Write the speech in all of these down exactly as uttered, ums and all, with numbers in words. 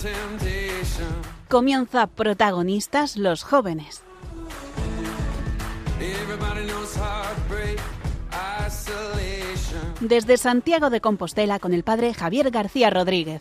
Comienza Protagonistas los jóvenes. Desde Santiago de Compostela con el padre Javier García Rodríguez.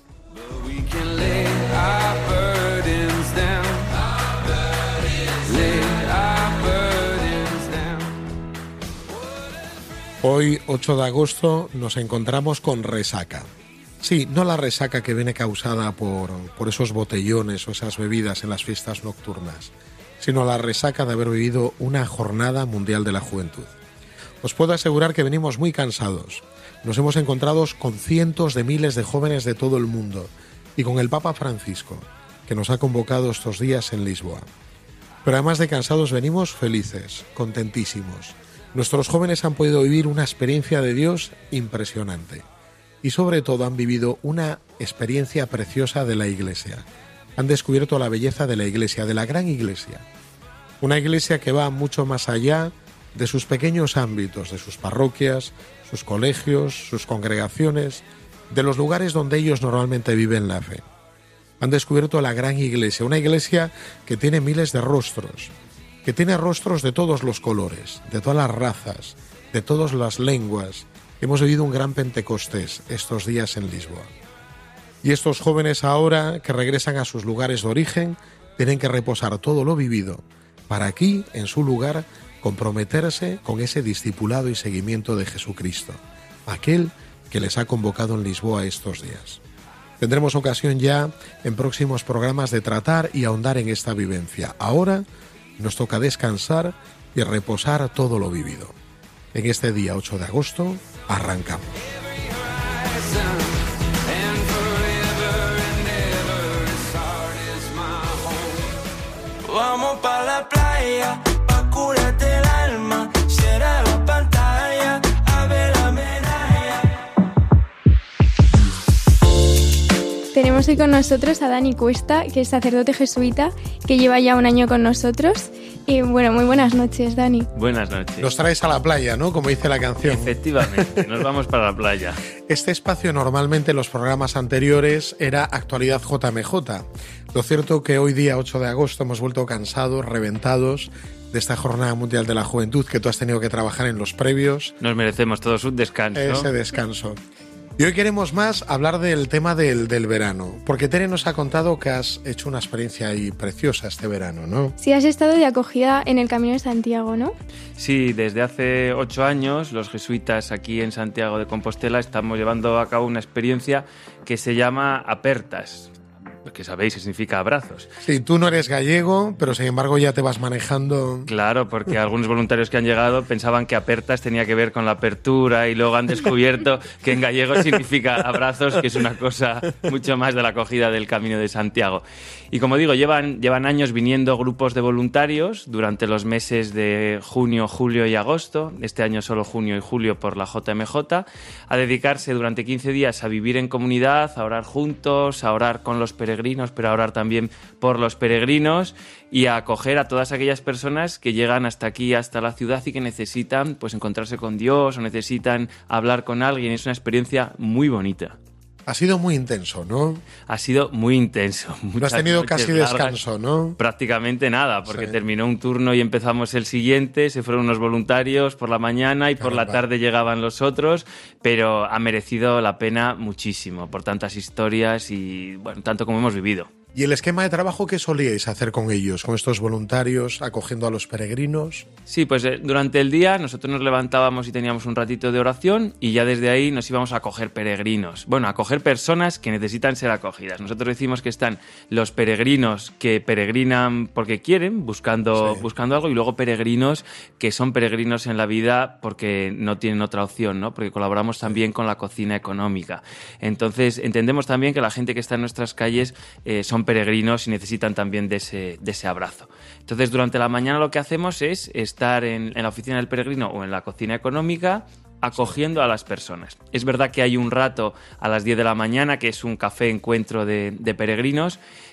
Hoy, ocho de agosto, nos encontramos con resaca. Sí, no la resaca que viene causada por, por esos botellones o esas bebidas en las fiestas nocturnas, sino la resaca de haber vivido una jornada mundial de la juventud. Os puedo asegurar que venimos muy cansados. Nos hemos encontrado con cientos de miles de jóvenes de todo el mundo y con el Papa Francisco, que nos ha convocado estos días en Lisboa. Pero además de cansados venimos felices, contentísimos. Nuestros jóvenes han podido vivir una experiencia de Dios impresionante y sobre todo han vivido una experiencia preciosa de la Iglesia. Han descubierto la belleza de la Iglesia, de la gran Iglesia. Una Iglesia que va mucho más allá de sus pequeños ámbitos, de sus parroquias, sus colegios, sus congregaciones, de los lugares donde ellos normalmente viven la fe. Han descubierto la gran Iglesia, una Iglesia que tiene miles de rostros, que tiene rostros de todos los colores, de todas las razas, de todas las lenguas. Hemos vivido un gran Pentecostés estos días en Lisboa. Y estos jóvenes ahora que regresan a sus lugares de origen tienen que reposar todo lo vivido para aquí, en su lugar, comprometerse con ese discipulado y seguimiento de Jesucristo, aquel que les ha convocado en Lisboa estos días. Tendremos ocasión ya en próximos programas de tratar y ahondar en esta vivencia. Ahora nos toca descansar y reposar todo lo vivido. En este día ocho de agosto, arrancamos. Vamos pa' la playa, pa' curarte el alma, cierra la pantalla, a ver la medalla. Tenemos hoy con nosotros a Dani Cuesta, que es sacerdote jesuita, que lleva ya un año con nosotros. Y bueno, muy buenas noches, Dani. Buenas noches. Nos traes a la playa, ¿no? Como dice la canción. Efectivamente, nos vamos para la playa. Este espacio normalmente en los programas anteriores era Actualidad J M J. Lo cierto que hoy día ocho de agosto hemos vuelto cansados, reventados de esta Jornada Mundial de la Juventud, que tú has tenido que trabajar en los previos. Nos merecemos todos un descanso. Ese descanso. Y hoy queremos más hablar del tema del, del verano, porque Tere nos ha contado que has hecho una experiencia ahí preciosa este verano, ¿no? Sí, has estado de acogida en el Camino de Santiago, ¿no? Sí, desde hace ocho años los jesuitas aquí en Santiago de Compostela estamos llevando a cabo una experiencia que se llama Apertas, que sabéis que significa abrazos. Sí, tú no eres gallego, pero sin embargo ya te vas manejando. Claro, porque algunos voluntarios que han llegado pensaban que apertas tenía que ver con la apertura y luego han descubierto que en gallego significa abrazos, que es una cosa mucho más de la acogida del Camino de Santiago. Y como digo, llevan, llevan años viniendo grupos de voluntarios durante los meses de junio, julio y agosto, este año solo junio y julio por la J M J, a dedicarse durante quince días a vivir en comunidad, a orar juntos, a orar con los peregrinos, pero a orar también por los peregrinos y a acoger a todas aquellas personas que llegan hasta aquí, hasta la ciudad y que necesitan pues encontrarse con Dios o necesitan hablar con alguien. Es una experiencia muy bonita. Ha sido muy intenso, ¿no? Ha sido muy intenso. No has tenido casi largas, descanso, ¿no? Prácticamente nada, porque sí. Terminó un turno y empezamos el siguiente, se fueron unos voluntarios por la mañana y Caramba. por la tarde llegaban los otros, pero ha merecido la pena muchísimo por tantas historias y, bueno, tanto como hemos vivido. ¿Y el esquema de trabajo qué solíais hacer con ellos, con estos voluntarios, acogiendo a los peregrinos? Sí, pues eh, durante el día nosotros nos levantábamos y teníamos un ratito de oración y ya desde ahí nos íbamos a acoger peregrinos. Bueno, a acoger personas que necesitan ser acogidas. Nosotros decimos que están los peregrinos que peregrinan porque quieren, buscando, sí. buscando algo, y luego peregrinos que son peregrinos en la vida porque no tienen otra opción, ¿no? Porque colaboramos también con la cocina económica. Entonces entendemos también que la gente que está en nuestras calles eh, son peregrinos y necesitan también de ese, de ese abrazo. Entonces, durante la mañana lo que hacemos es estar en, en la oficina del peregrino o en la cocina económica acogiendo a las personas. Es verdad que hay un rato a las diez de la mañana que es un café encuentro de, de peregrinos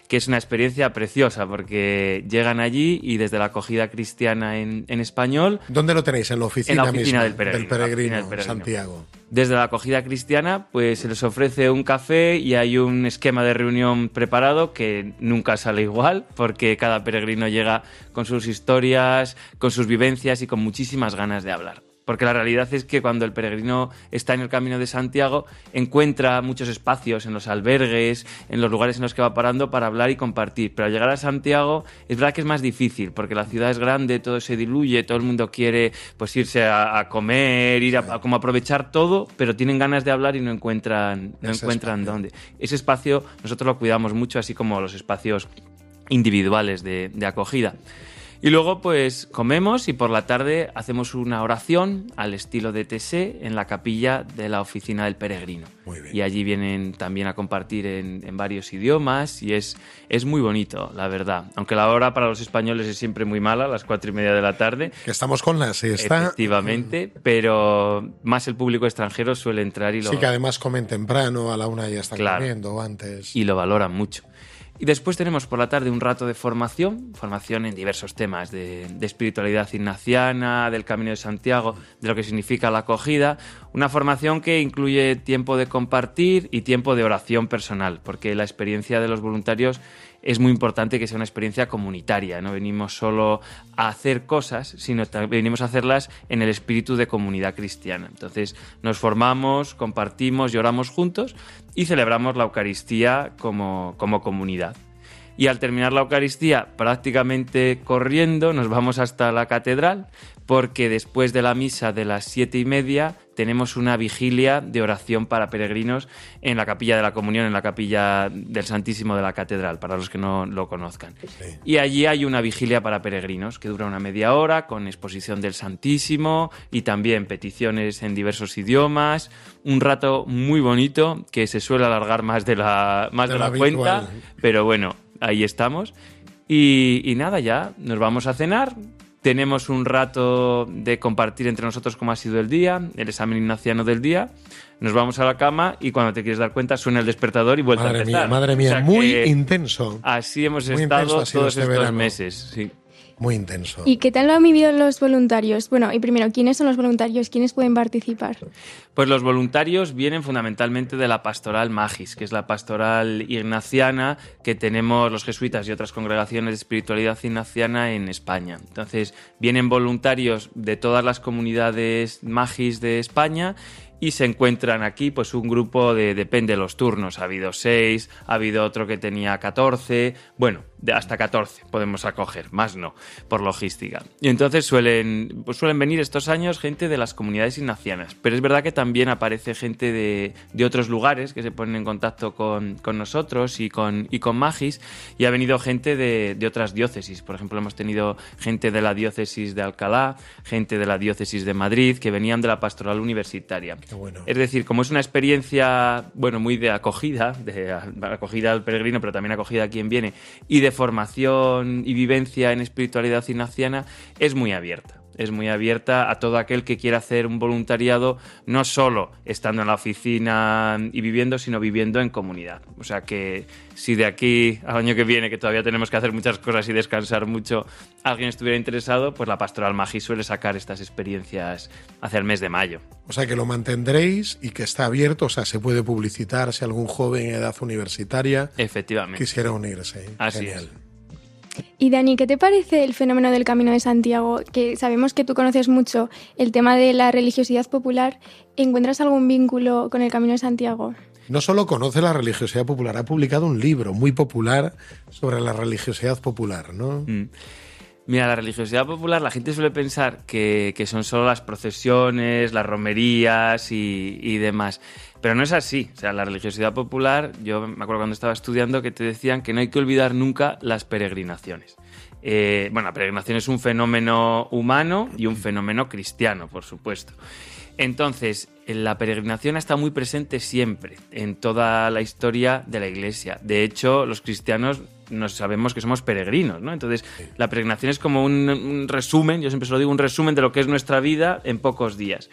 que es una experiencia preciosa porque llegan allí y desde la acogida cristiana en, en español... ¿Dónde lo tenéis? En la oficina, en la oficina misma, del peregrino, del peregrino, del peregrino. Santiago. Desde la acogida cristiana, pues se les ofrece un café y hay un esquema de reunión preparado que nunca sale igual, porque cada peregrino llega con sus historias, con sus vivencias y con muchísimas ganas de hablar. Porque la realidad es que cuando el peregrino está en el Camino de Santiago, encuentra muchos espacios en los albergues, en los lugares en los que va parando para hablar y compartir. Pero al llegar a Santiago es verdad que es más difícil, porque la ciudad es grande, todo se diluye, todo el mundo quiere pues irse a, a comer, ir a, a como aprovechar todo, pero tienen ganas de hablar y no encuentran, no encuentran dónde. Ese espacio nosotros lo cuidamos mucho, así como los espacios individuales de, de acogida. Y luego pues comemos y por la tarde hacemos una oración al estilo de T S E en la capilla de la oficina del peregrino. Muy bien. Y allí vienen también a compartir en, en varios idiomas y es, es muy bonito, la verdad. Aunque la hora para los españoles es siempre muy mala, a las cuatro y media de la tarde. Que estamos con la siesta. Efectivamente, pero más el público extranjero suele entrar y lo... Sí, que además comen temprano, a la una ya están Claro. comiendo, o antes. Y lo valoran mucho. Y después tenemos por la tarde un rato de formación, formación en diversos temas de, de espiritualidad ignaciana, del Camino de Santiago, de lo que significa la acogida. Una formación que incluye tiempo de compartir y tiempo de oración personal, porque la experiencia de los voluntarios es muy importante que sea una experiencia comunitaria. No venimos solo a hacer cosas, sino que venimos a hacerlas en el espíritu de comunidad cristiana. Entonces nos formamos, compartimos y oramos juntos y celebramos la Eucaristía como, como comunidad. Y al terminar la Eucaristía, prácticamente corriendo, nos vamos hasta la catedral, porque después de la misa de las siete y media tenemos una vigilia de oración para peregrinos en la capilla de la Comunión, en la capilla del Santísimo de la catedral, para los que no lo conozcan. Sí. Y allí hay una vigilia para peregrinos que dura una media hora, con exposición del Santísimo y también peticiones en diversos idiomas. Un rato muy bonito que se suele alargar más de la, más de De la lo cuenta, habitual. pero bueno, ahí estamos. Y, y nada, ya nos vamos a cenar. Tenemos un rato de compartir entre nosotros cómo ha sido el día, el examen ignaciano del día. Nos vamos a la cama y cuando te quieres dar cuenta suena el despertador y vuelta Madre a empezar. mía, madre mía, O sea muy que intenso. Así hemos Muy estado intenso ha sido todos este estos verano. meses. Sí. Muy intenso. ¿Y qué tal lo han vivido los voluntarios? Bueno, y primero, ¿quiénes son los voluntarios? ¿Quiénes pueden participar? Pues los voluntarios vienen fundamentalmente de la pastoral Magis, que es la pastoral ignaciana que tenemos los jesuitas y otras congregaciones de espiritualidad ignaciana en España. Entonces, vienen voluntarios de todas las comunidades Magis de España y se encuentran aquí pues un grupo de, depende de los turnos, ha habido seis, ha habido otro que tenía catorce, bueno, de hasta catorce podemos acoger, más no, por logística. Y entonces suelen, pues suelen venir estos años gente de las comunidades ignacianas, pero es verdad que también aparece gente de, de otros lugares que se ponen en contacto con, con nosotros y con, y con Magis, y ha venido gente de, de otras diócesis. Por ejemplo, hemos tenido gente de la diócesis de Alcalá, gente de la diócesis de Madrid, que venían de la pastoral universitaria. Qué bueno. Es decir, como es una experiencia, bueno, muy de acogida, de acogida al peregrino, pero también acogida a quien viene, y de formación y vivencia en espiritualidad ignaciana, es muy abierta. Es muy abierta a todo aquel que quiera hacer un voluntariado, no solo estando en la oficina y viviendo, sino viviendo en comunidad. O sea que si de aquí al año que viene, que todavía tenemos que hacer muchas cosas y descansar mucho, alguien estuviera interesado, pues la Pastoral Magis suele sacar estas experiencias hacia el mes de mayo. O sea que lo mantendréis y que está abierto, o sea, se puede publicitar si algún joven en edad universitaria Efectivamente. quisiera unirse. Así Genial. es. Y Dani, ¿qué te parece el fenómeno del Camino de Santiago? Que sabemos que tú conoces mucho el tema de la religiosidad popular. ¿Encuentras algún vínculo con el Camino de Santiago? No solo conoce la religiosidad popular, ha publicado un libro muy popular sobre la religiosidad popular, ¿no? Mm. Mira, la religiosidad popular, la gente suele pensar que, que son solo las procesiones, las romerías y, y demás. Pero no es así. O sea, la religiosidad popular, yo me acuerdo cuando estaba estudiando que te decían que no hay que olvidar nunca las peregrinaciones. Eh, bueno, la peregrinación es un fenómeno humano y un fenómeno cristiano, por supuesto. Entonces, la peregrinación está muy presente siempre, en toda la historia de la Iglesia. De hecho, los cristianos nos sabemos que somos peregrinos, ¿no? Entonces, la peregrinación es como un, un resumen, yo siempre se lo digo, un resumen de lo que es nuestra vida en pocos días.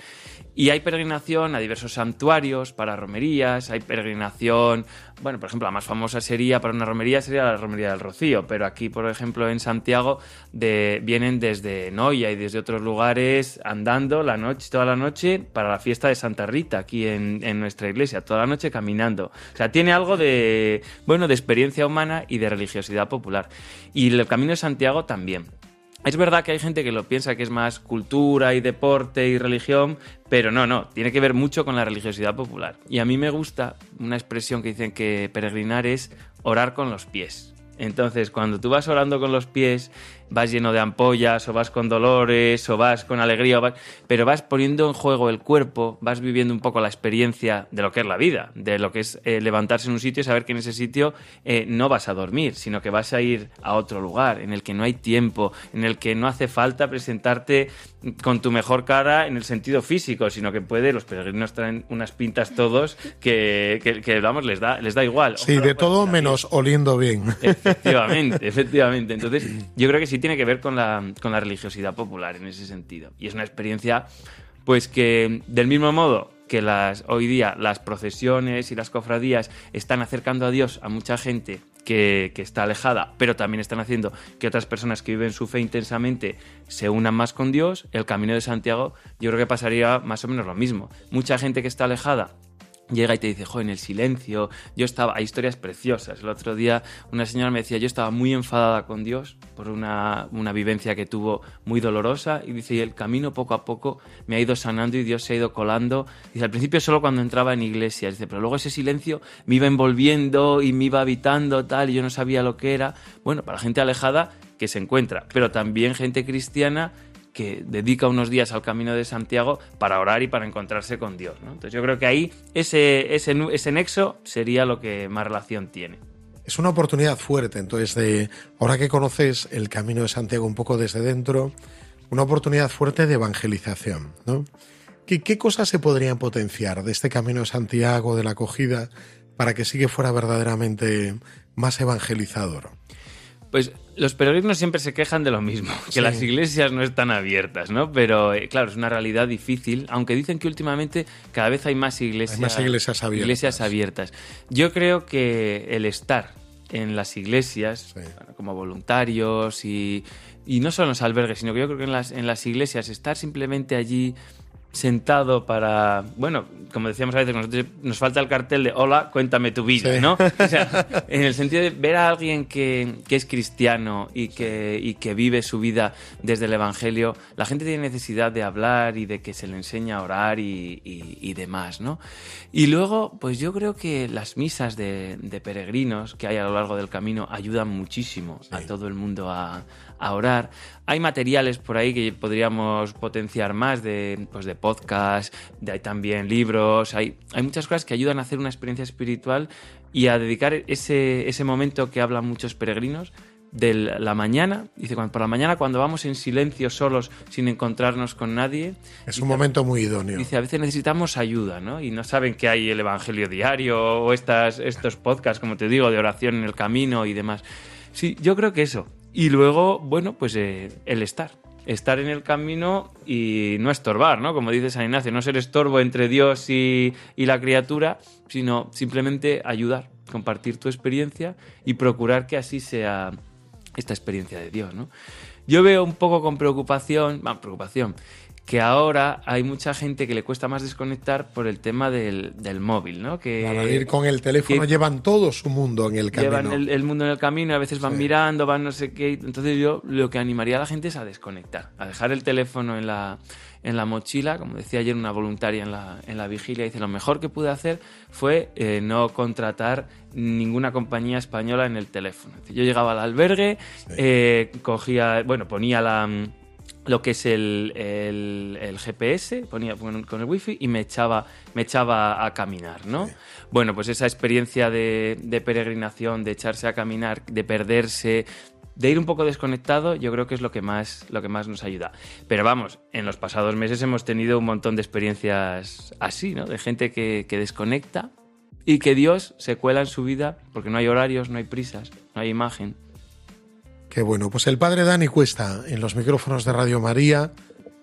Y hay peregrinación a diversos santuarios para romerías, hay peregrinación, bueno, por ejemplo, la más famosa sería, para una romería sería la romería del Rocío, pero aquí, por ejemplo, en Santiago de, vienen desde Noia y desde otros lugares andando la noche, toda la noche para la fiesta de Santa Rita, aquí en, en nuestra iglesia, toda la noche caminando. O sea, tiene algo de, bueno, de experiencia humana y de religiosidad popular. Y el Camino de Santiago también. Es verdad que hay gente que lo piensa que es más cultura y deporte y religión, pero no, no, tiene que ver mucho con la religiosidad popular. Y a mí me gusta una expresión que dicen que peregrinar es orar con los pies. Entonces, cuando tú vas orando con los pies, vas lleno de ampollas, o vas con dolores, o vas con alegría, o vas... pero vas poniendo en juego el cuerpo, vas viviendo un poco la experiencia de lo que es la vida, de lo que es eh, levantarse en un sitio y saber que en ese sitio eh, no vas a dormir, sino que vas a ir a otro lugar, en el que no hay tiempo, en el que no hace falta presentarte con tu mejor cara en el sentido físico, sino que puede, los peregrinos traen unas pintas todos que, que, que vamos, les da, les da igual. Sí, Ojalá de todo bien. menos oliendo bien. Efectivamente, efectivamente. Entonces, yo creo que sí tiene que ver con la, con la religiosidad popular en ese sentido. Y es una experiencia, pues que del mismo modo que las, hoy día las procesiones y las cofradías están acercando a Dios a mucha gente que, que está alejada, pero también están haciendo que otras personas que viven su fe intensamente se unan más con Dios, el Camino de Santiago yo creo que pasaría más o menos lo mismo. Mucha gente que está alejada llega y te dice, jo, en el silencio, yo estaba... Hay historias preciosas. El otro día una señora me decía, yo estaba muy enfadada con Dios por una, una vivencia que tuvo muy dolorosa, y dice, y el camino poco a poco me ha ido sanando y Dios se ha ido colando. Dice, al principio solo cuando entraba en iglesias, dice, pero luego ese silencio me iba envolviendo y me iba habitando, tal, y yo no sabía lo que era. Bueno, para gente alejada que se encuentra, pero también gente cristiana que dedica unos días al Camino de Santiago para orar y para encontrarse con Dios, ¿no? Entonces yo creo que ahí ese, ese, ese nexo sería lo que más relación tiene. Es una oportunidad fuerte, entonces, de ahora que conoces el Camino de Santiago un poco desde dentro, una oportunidad fuerte de evangelización, ¿no? ¿Qué, qué cosas se podrían potenciar de este Camino de Santiago, de la acogida, para que sí que fuera verdaderamente más evangelizador? Pues los peregrinos siempre se quejan de lo mismo, que sí, las iglesias no están abiertas, ¿no? Pero eh, claro, es una realidad difícil, aunque dicen que últimamente cada vez hay más iglesias, hay más iglesias abiertas. iglesias abiertas. Yo creo que el estar en las iglesias, sí, bueno, como voluntarios y, y no solo en los albergues, sino que yo creo que en las, en las iglesias estar simplemente allí sentado para, bueno, como decíamos a veces, nosotros nos falta el cartel de hola, cuéntame tu vida, sí, ¿no? O sea, en el sentido de ver a alguien que, que es cristiano y que, y que vive su vida desde el Evangelio, la gente tiene necesidad de hablar y de que se le enseñe a orar y, y, y demás, ¿no? Y luego, pues yo creo que las misas de, de peregrinos que hay a lo largo del camino ayudan muchísimo, sí, a todo el mundo a, a orar. Hay materiales por ahí que podríamos potenciar más, de, pues de podcast, de, hay también libros, hay, hay muchas cosas que ayudan a hacer una experiencia espiritual y a dedicar ese, ese momento que hablan muchos peregrinos de la mañana. Dice, por la mañana cuando vamos en silencio solos sin encontrarnos con nadie. Es dice, un momento muy idóneo. Dice, a veces necesitamos ayuda, ¿no? Y no saben que hay el Evangelio diario o estas, estos podcasts, como te digo, de oración en el camino y demás. Sí, yo creo que eso. Y luego, bueno, pues eh, el estar. Estar en el camino y no estorbar, ¿no? Como dice San Ignacio, no ser estorbo entre Dios y, y la criatura, sino simplemente ayudar, compartir tu experiencia y procurar que así sea esta experiencia de Dios, ¿no? Yo veo un poco con preocupación, bueno, preocupación, que ahora hay mucha gente que le cuesta más desconectar por el tema del, del móvil, ¿no? Que para ir con el teléfono llevan todo su mundo en el camino. Llevan el, el mundo en el camino y a veces van sí. mirando, van no sé qué. Entonces yo lo que animaría a la gente es a desconectar, a dejar el teléfono en la, en la mochila. Como decía ayer una voluntaria en la, en la vigilia, dice, lo mejor que pude hacer fue eh, no contratar ninguna compañía española en el teléfono. Yo llegaba al albergue, sí. eh, cogía, bueno, ponía la... lo que es el, el, el G P S, ponía con, con el wifi y me echaba, me echaba a caminar, ¿no? Sí. Bueno, pues esa experiencia de, de peregrinación, de echarse a caminar, de perderse, de ir un poco desconectado, yo creo que es lo que más, lo que más nos ayuda. Pero vamos, en los pasados meses hemos tenido un montón de experiencias así, ¿no? De gente que, que desconecta y que Dios se cuela en su vida porque no hay horarios, no hay prisas, no hay imagen. Qué bueno, pues el padre Dani Cuesta en los micrófonos de Radio María,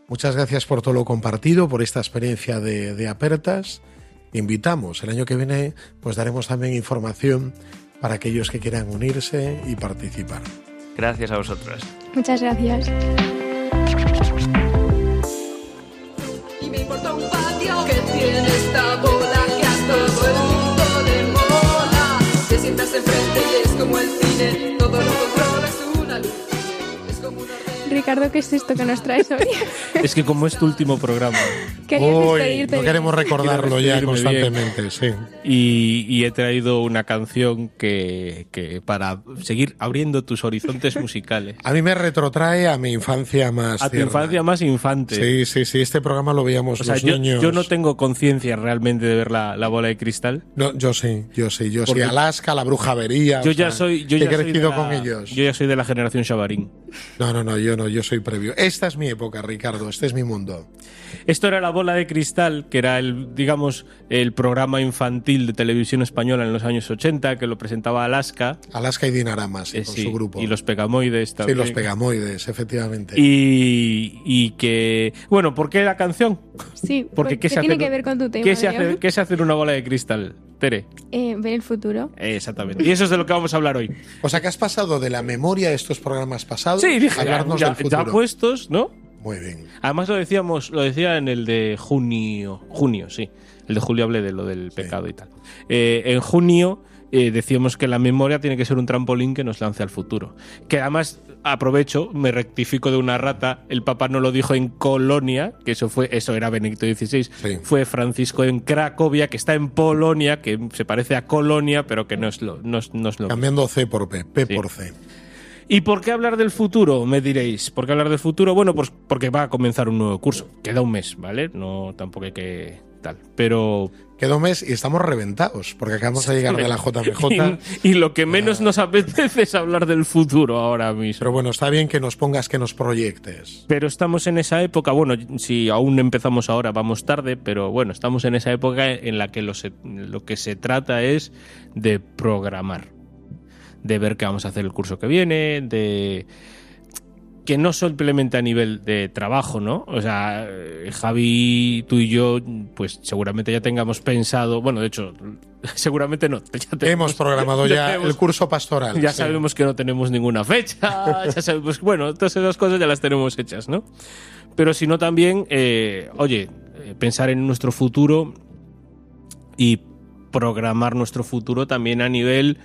Muchas gracias por todo lo compartido, por esta experiencia de, de Apertas. Invitamos, el año que viene pues daremos también información para aquellos que quieran unirse y participar. Gracias a vosotros. Muchas gracias. Y me importa un patio que tiene esta bola que a todo el mundo le mola. Te sientas enfrente y es como el cine, todo lo controlas una luz. Es como un orden. Ricardo, ¿qué es esto que nos traes hoy? Es que como es tu último programa Querías Hoy despedirte no bien. queremos recordarlo ya Quiero despedirme constantemente, sí. y, y he traído una canción que, que para seguir abriendo tus horizontes musicales. A mí me retrotrae a mi infancia más A tu tierna. infancia más infante. Sí, sí, sí, este programa lo veíamos O sea, los yo, niños. yo no tengo conciencia realmente de ver la, la bola de cristal. No, yo sí, yo sí, yo sí. Porque Alaska, la bruja avería. Yo o ya sea, soy, yo he ya soy de crecido la- con ellos. Yo ya soy de la generación Xabarín. No, no, no, yo no, yo soy previo. Esta es mi época, Ricardo, este es mi mundo. Esto era la bola de cristal, que era el, digamos, el programa infantil de televisión española en los años ochenta, que lo presentaba Alaska. Alaska y Dinarama, sí, eh, con sí, su grupo. y los Pegamoides Sí, también. los pegamoides, efectivamente. Y, y que... Bueno, ¿por qué la canción? Sí, Porque ¿qué se tiene hace- que ver con tu tema. ¿Qué se, digamos? hace, ¿Qué se hace en una bola de cristal, Tere? Eh, ver el futuro. Eh, exactamente. Y eso es de lo que vamos a hablar hoy. O sea, que has pasado de la memoria de estos programas pasados Sí, dije, a hablarnos ya, del futuro. ya puestos, ¿no? Muy bien. Además lo decíamos, lo decía en el de junio, junio, sí. El de julio hablé de lo del pecado y tal. Eh, en junio eh, decíamos que la memoria tiene que ser un trampolín que nos lance al futuro. Que además, aprovecho, me rectifico de una rata, el Papa no lo dijo en Colonia, que eso fue, eso era Benedicto dieciséis, Sí. fue Francisco en Cracovia, que está en Polonia, que se parece a Colonia, pero que no es lo, no es, no es lo Cambiando C por P, P Sí. por C. ¿Y por qué hablar del futuro? Me diréis. ¿Por qué hablar del futuro? Bueno, pues porque va a comenzar un nuevo curso. Queda un mes, ¿vale? No, tampoco hay que tal. Pero... Queda un mes y estamos reventados, porque acabamos de llegar de la J M J. Y, y lo que menos nos apetece es hablar del futuro ahora mismo. Pero bueno, está bien que nos pongas, que nos proyectes. Pero estamos en esa época, bueno, si aún empezamos ahora, vamos tarde, pero bueno, estamos en esa época en la que lo, se, lo que se trata es de programar. De ver qué vamos a hacer el curso que viene, de... que no simplemente a nivel de trabajo, ¿no? O sea, eh, Javi, tú y yo, pues seguramente ya tengamos pensado, bueno, de hecho, seguramente no. Ya tenemos, Hemos programado ya tenemos- el curso pastoral. Ya sí. sabemos que no tenemos ninguna fecha, ya sabemos, bueno, todas esas cosas ya las tenemos hechas, ¿no? Pero si no también, eh, oye, eh, pensar en nuestro futuro y programar nuestro futuro también a nivel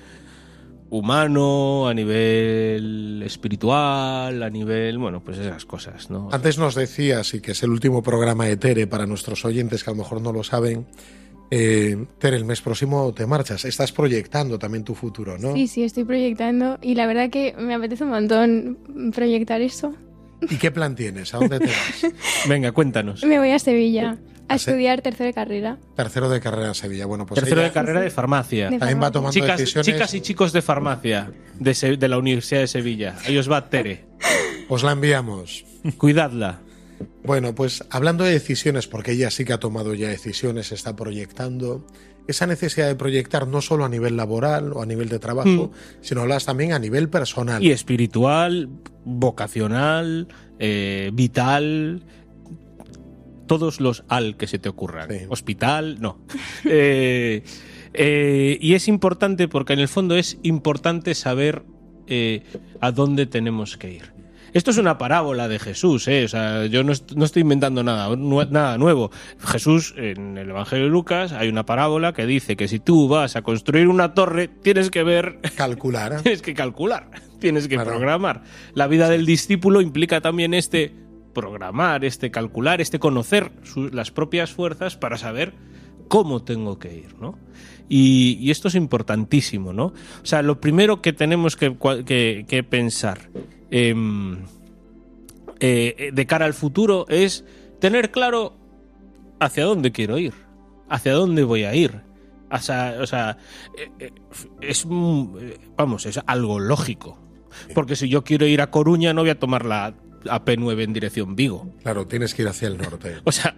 humano, a nivel espiritual, a nivel, bueno, pues esas cosas, ¿no? Antes nos decías, y que es el último programa de Tere para nuestros oyentes que a lo mejor no lo saben, eh, Tere, el mes próximo te marchas. Estás proyectando también tu futuro, ¿no? Sí, sí, estoy proyectando y la verdad que me apetece un montón proyectar eso. ¿Y qué plan tienes? ¿A dónde te vas? Venga, cuéntanos. Me voy a Sevilla a ¿A Se- estudiar tercero de carrera. Tercero de carrera en Sevilla. Bueno, pues Tercero ella de carrera de farmacia. De también va farmacia. tomando Chicas, decisiones. chicas y chicos de farmacia de, Se- de la Universidad de Sevilla. Ahí os va Tere. Os la enviamos. Cuidadla. Bueno, pues hablando de decisiones, porque ella sí que ha tomado ya decisiones, se está proyectando, esa necesidad de proyectar no solo a nivel laboral o a nivel de trabajo, sino hablas también a nivel personal. Y espiritual, vocacional, eh, vital, todos los al que se te ocurran. Sí. Hospital, no. Eh, eh, y es importante porque en el fondo es importante saber eh, a dónde tenemos que ir. Esto es una parábola de Jesús, ¿eh? O sea, yo no, est- no estoy inventando nada, nue- nada nuevo. Jesús, en el Evangelio de Lucas, hay una parábola que dice que si tú vas a construir una torre, tienes que ver Calcular. tienes que calcular, tienes que Claro. programar. La vida del discípulo implica también este programar, este calcular, este conocer su- las propias fuerzas para saber cómo tengo que ir, ¿no? Y, y esto es importantísimo, ¿no? O sea, lo primero que tenemos que, cua- que- que pensar em, eh, de cara al futuro es tener claro hacia dónde quiero ir, hacia dónde voy a ir. O sea, o sea eh, eh, es, mm, eh, vamos, es algo lógico. Porque si yo quiero ir a Coruña no voy a tomar la A P nueve en dirección Vigo. Claro, tienes que ir hacia el norte. O sea,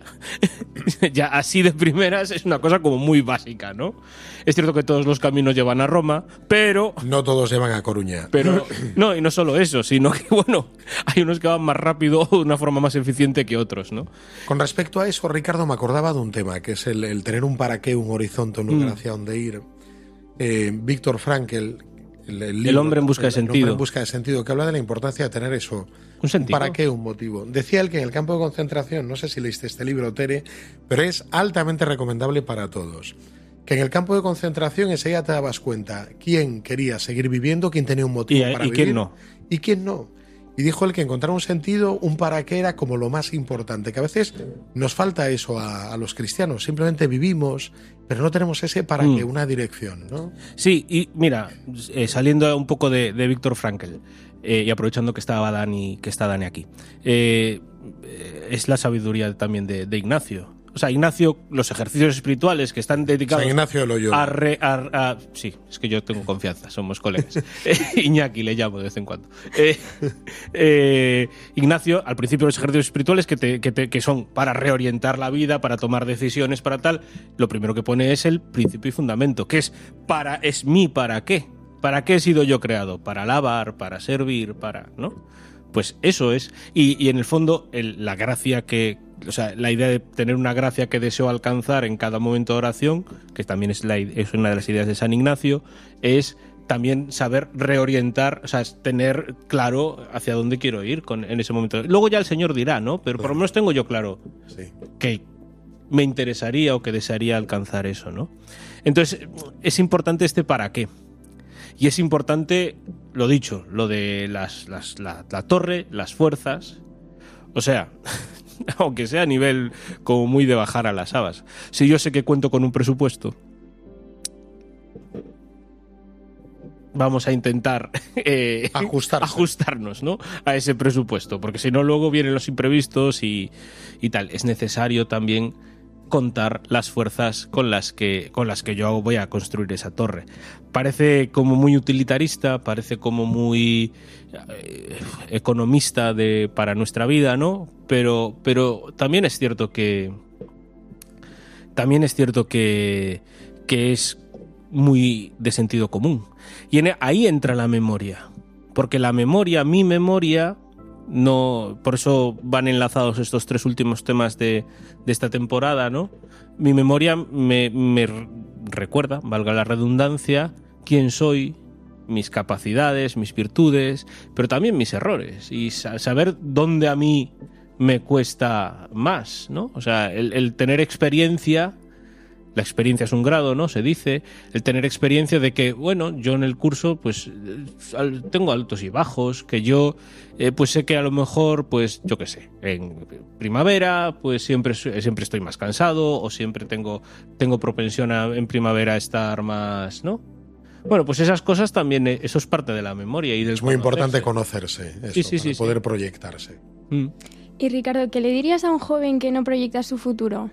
ya así de primeras es una cosa como muy básica, ¿no? Es cierto que todos los caminos llevan a Roma, pero... No todos llevan a Coruña. Pero no, y no solo eso, sino que, bueno, hay unos que van más rápido o de una forma más eficiente que otros, ¿no? Con respecto a eso, Ricardo, me acordaba de un tema, que es el, el tener un para qué, un horizonte, un lugar Mm. hacia dónde ir. Eh, Víctor Frankl, el, el, libro, El hombre en busca de el, sentido. El hombre en busca de sentido, que habla de la importancia de tener eso. Un sentido. ¿Para qué? Un motivo. Decía él que en el campo de concentración, no sé si leíste este libro, Tere, pero es altamente recomendable para todos. Que en el campo de concentración enseguida te dabas cuenta quién quería seguir viviendo, quién tenía un motivo Y- para y vivir. quién no. Y quién no. Y dijo él que encontrar un sentido, un para qué era como lo más importante, que a veces nos falta eso a, a los cristianos, simplemente vivimos, pero no tenemos ese para Mm. qué, una dirección, ¿no? Sí, y mira, eh, saliendo un poco de, de Víctor Frankl, eh, y aprovechando que estaba Dani, que está Dani aquí, eh, eh, es la sabiduría también de, de Ignacio. O sea, Ignacio, los ejercicios espirituales que están dedicados San Ignacio de Loyola. a, re- a- a- sí, es que yo tengo confianza, somos colegas. Eh, Iñaki le llamo de vez en cuando. Eh, eh, Ignacio, al principio los ejercicios espirituales que, te- que, te- que son para reorientar la vida, para tomar decisiones, para tal, lo primero que pone es el principio y fundamento, que es para es mi para qué. ¿Para qué he sido yo creado? Para alabar, para servir, para, ¿no? Pues eso es. Y, y en el fondo, el- la gracia que, o sea, la idea de tener una gracia que deseo alcanzar en cada momento de oración, que también es, la, es una de las ideas de San Ignacio, es también saber reorientar, o sea, es tener claro hacia dónde quiero ir con, en ese momento. Luego ya el Señor dirá, ¿no? Pero por lo menos tengo yo claro Sí. que me interesaría o que desearía alcanzar eso, ¿no? Entonces, es importante este para qué. Y es importante, lo dicho, lo de las, las, la, la torre, las fuerzas. O sea, aunque sea a nivel como muy de bajar a las habas. Si yo sé que cuento con un presupuesto, vamos a intentar eh, Ajustarse. ajustarnos, ¿no?, a ese presupuesto, porque si no luego vienen los imprevistos y, y tal. Es necesario también contar las fuerzas con las que con las que yo voy a construir esa torre. Parece como muy utilitarista, parece como muy eh, economista de para nuestra vida, ¿no? Pero pero también es cierto que también es cierto que que es muy de sentido común. Y en, ahí entra la memoria, porque la memoria, mi memoria, no, por eso van enlazados estos tres últimos temas de, de esta temporada, ¿no? Mi memoria me, me recuerda, valga la redundancia, quién soy, mis capacidades, mis virtudes, pero también mis errores, y sa- saber dónde a mí me cuesta más, ¿no? O sea, el, el tener experiencia. La experiencia es un grado, ¿no? Se dice. El tener experiencia de que, bueno, yo en el curso, pues, eh, tengo altos y bajos, que yo, eh, pues sé que a lo mejor, pues, yo qué sé, en primavera, pues siempre, siempre estoy más cansado, o siempre tengo, tengo propensión a, en primavera a estar más, ¿no? Bueno, pues esas cosas también, eh, eso es parte de la memoria y del Es muy importante conocerse. conocerse, eso, Sí, sí, para sí, poder sí. proyectarse. Mm. Y Ricardo, ¿qué le dirías a un joven que no proyecta su futuro?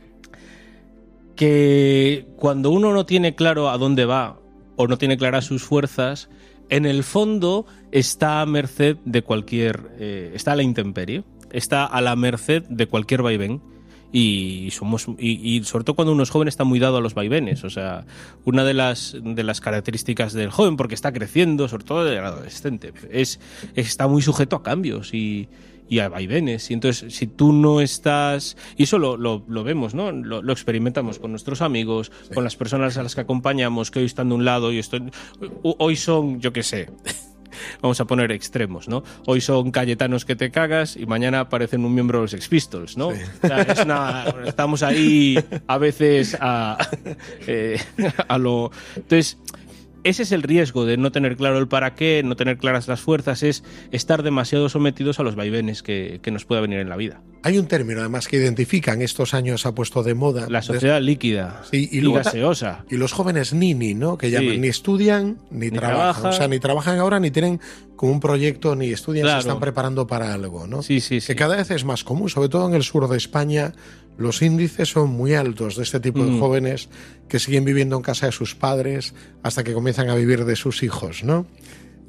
Que cuando uno no tiene claro a dónde va o no tiene claras sus fuerzas, en el fondo está a merced de cualquier... Eh, está a la intemperie, está a la merced de cualquier vaivén. Y somos y, y sobre todo cuando uno es joven está muy dado a los vaivenes. O sea, una de las, de las características del joven, porque está creciendo, sobre todo del adolescente, es está muy sujeto a cambios y, y a vaivenes. Y entonces, si tú no estás... Y eso lo, lo, lo vemos, ¿no? Lo, lo experimentamos con nuestros amigos, sí, con las personas a las que acompañamos, que hoy están de un lado y estoy, hoy son, yo qué sé... Vamos a poner extremos, ¿no? Hoy son Cayetanos que te cagas y mañana aparecen un miembro de los Sex Pistols, ¿no? Sí. O sea, es una, estamos ahí a veces a, eh, a lo... Entonces, ese es el riesgo de no tener claro el para qué, no tener claras las fuerzas, es estar demasiado sometidos a los vaivenes que, que nos pueda venir en la vida. Hay un término, además, que identifican estos años ha puesto de moda. La sociedad de... líquida sí, y, y luego, gaseosa. Y los jóvenes nini, ¿no? Que llaman, sí, ni estudian ni, ni trabajan. trabajan. O sea, ni trabajan ahora ni tienen como un proyecto, ni estudian, claro, se están preparando para algo, ¿no? Sí, sí, sí. Que cada vez es más común, sobre todo en el sur de España. Los índices son muy altos de este tipo de mm. jóvenes que siguen viviendo en casa de sus padres hasta que comienzan a vivir de sus hijos, ¿no?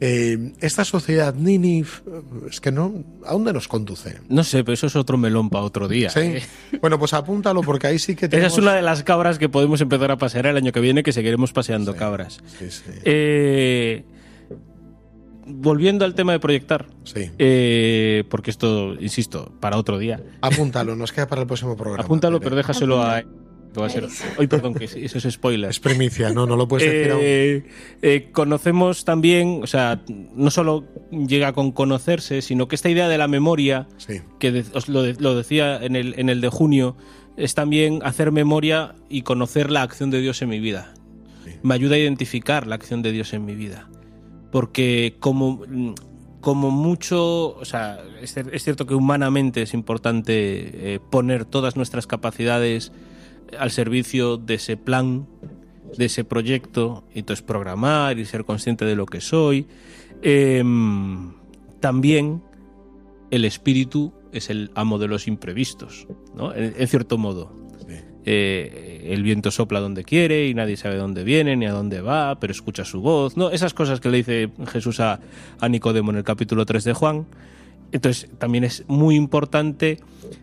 Eh, esta sociedad Nini, es que no, ¿a dónde nos conduce? No sé, pero eso es otro melón para otro día. Sí. ¿eh? Bueno, pues apúntalo porque ahí sí que Esa tenemos... es una de las cabras que podemos empezar a pasear el año que viene, que seguiremos paseando Sí, cabras. Sí, sí. Eh, volviendo al tema de proyectar, Sí. eh, porque esto, insisto, para otro día. Apúntalo, nos queda para el próximo programa. Apúntalo, Tere. pero déjaselo a... que va a ser... Hoy, perdón, que eso es spoiler. Es primicia, no, no lo puedes decir aún. Eh, eh, conocemos también, o sea, no solo llega con conocerse, sino que esta idea de la memoria, Sí. que de- os lo, de- lo decía en el, en el de junio, es también hacer memoria y conocer la acción de Dios en mi vida. Sí. Me ayuda a identificar la acción de Dios en mi vida. Porque como, como mucho, o sea, es, cier- es cierto que humanamente es importante eh, poner todas nuestras capacidades al servicio de ese plan, de ese proyecto, y entonces programar y ser consciente de lo que soy. Eh, también el espíritu es el amo de los imprevistos, ¿no? En, en cierto modo. Sí. Eh, el viento sopla donde quiere y nadie sabe dónde viene ni a dónde va, pero escucha su voz, ¿no? Esas cosas que le dice Jesús a, a Nicodemo en el capítulo tres de Juan. Entonces también es muy importante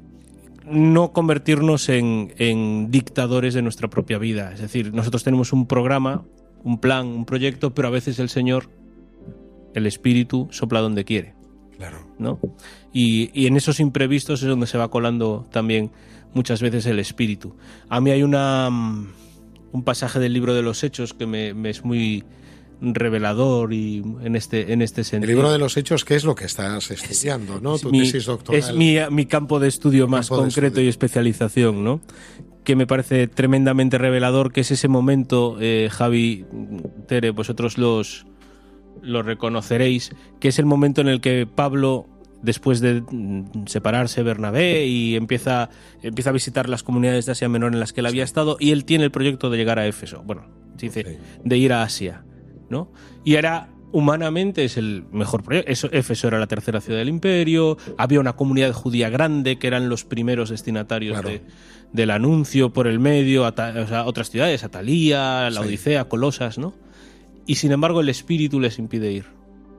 no convertirnos en, en dictadores de nuestra propia vida. Es decir, nosotros tenemos un programa, un plan, un proyecto, pero a veces el Señor, el Espíritu, sopla donde quiere, Claro. ¿no? Y, y en esos imprevistos es donde se va colando también muchas veces el Espíritu. A mí hay una, mm, un pasaje del libro de los Hechos que me, me es muy revelador y en este, en este El sentido. libro de los Hechos, ¿qué es lo que estás estudiando, no? Es Tu mi- tesis doctoral. Es mi, mi campo de estudio más campo de concreto estudio. y especialización, ¿no? Que me parece tremendamente revelador, que es ese momento, eh, Javi, Tere, vosotros los, los reconoceréis, que es el momento en el que Pablo, después de mm, separarse Bernabé y empieza, empieza a visitar las comunidades de Asia Menor en las que él había estado, y él tiene el proyecto de llegar a Éfeso, bueno, se dice, Sí. de ir a Asia, ¿no? Y era, humanamente, es el mejor proyecto. Eso, Éfeso era la tercera ciudad del imperio, había una comunidad judía grande que eran los primeros destinatarios Claro. de, del anuncio por el medio, Ata- o sea, otras ciudades, Atalía, la Sí. Odisea, Colosas, ¿no? Y sin embargo el espíritu les impide ir.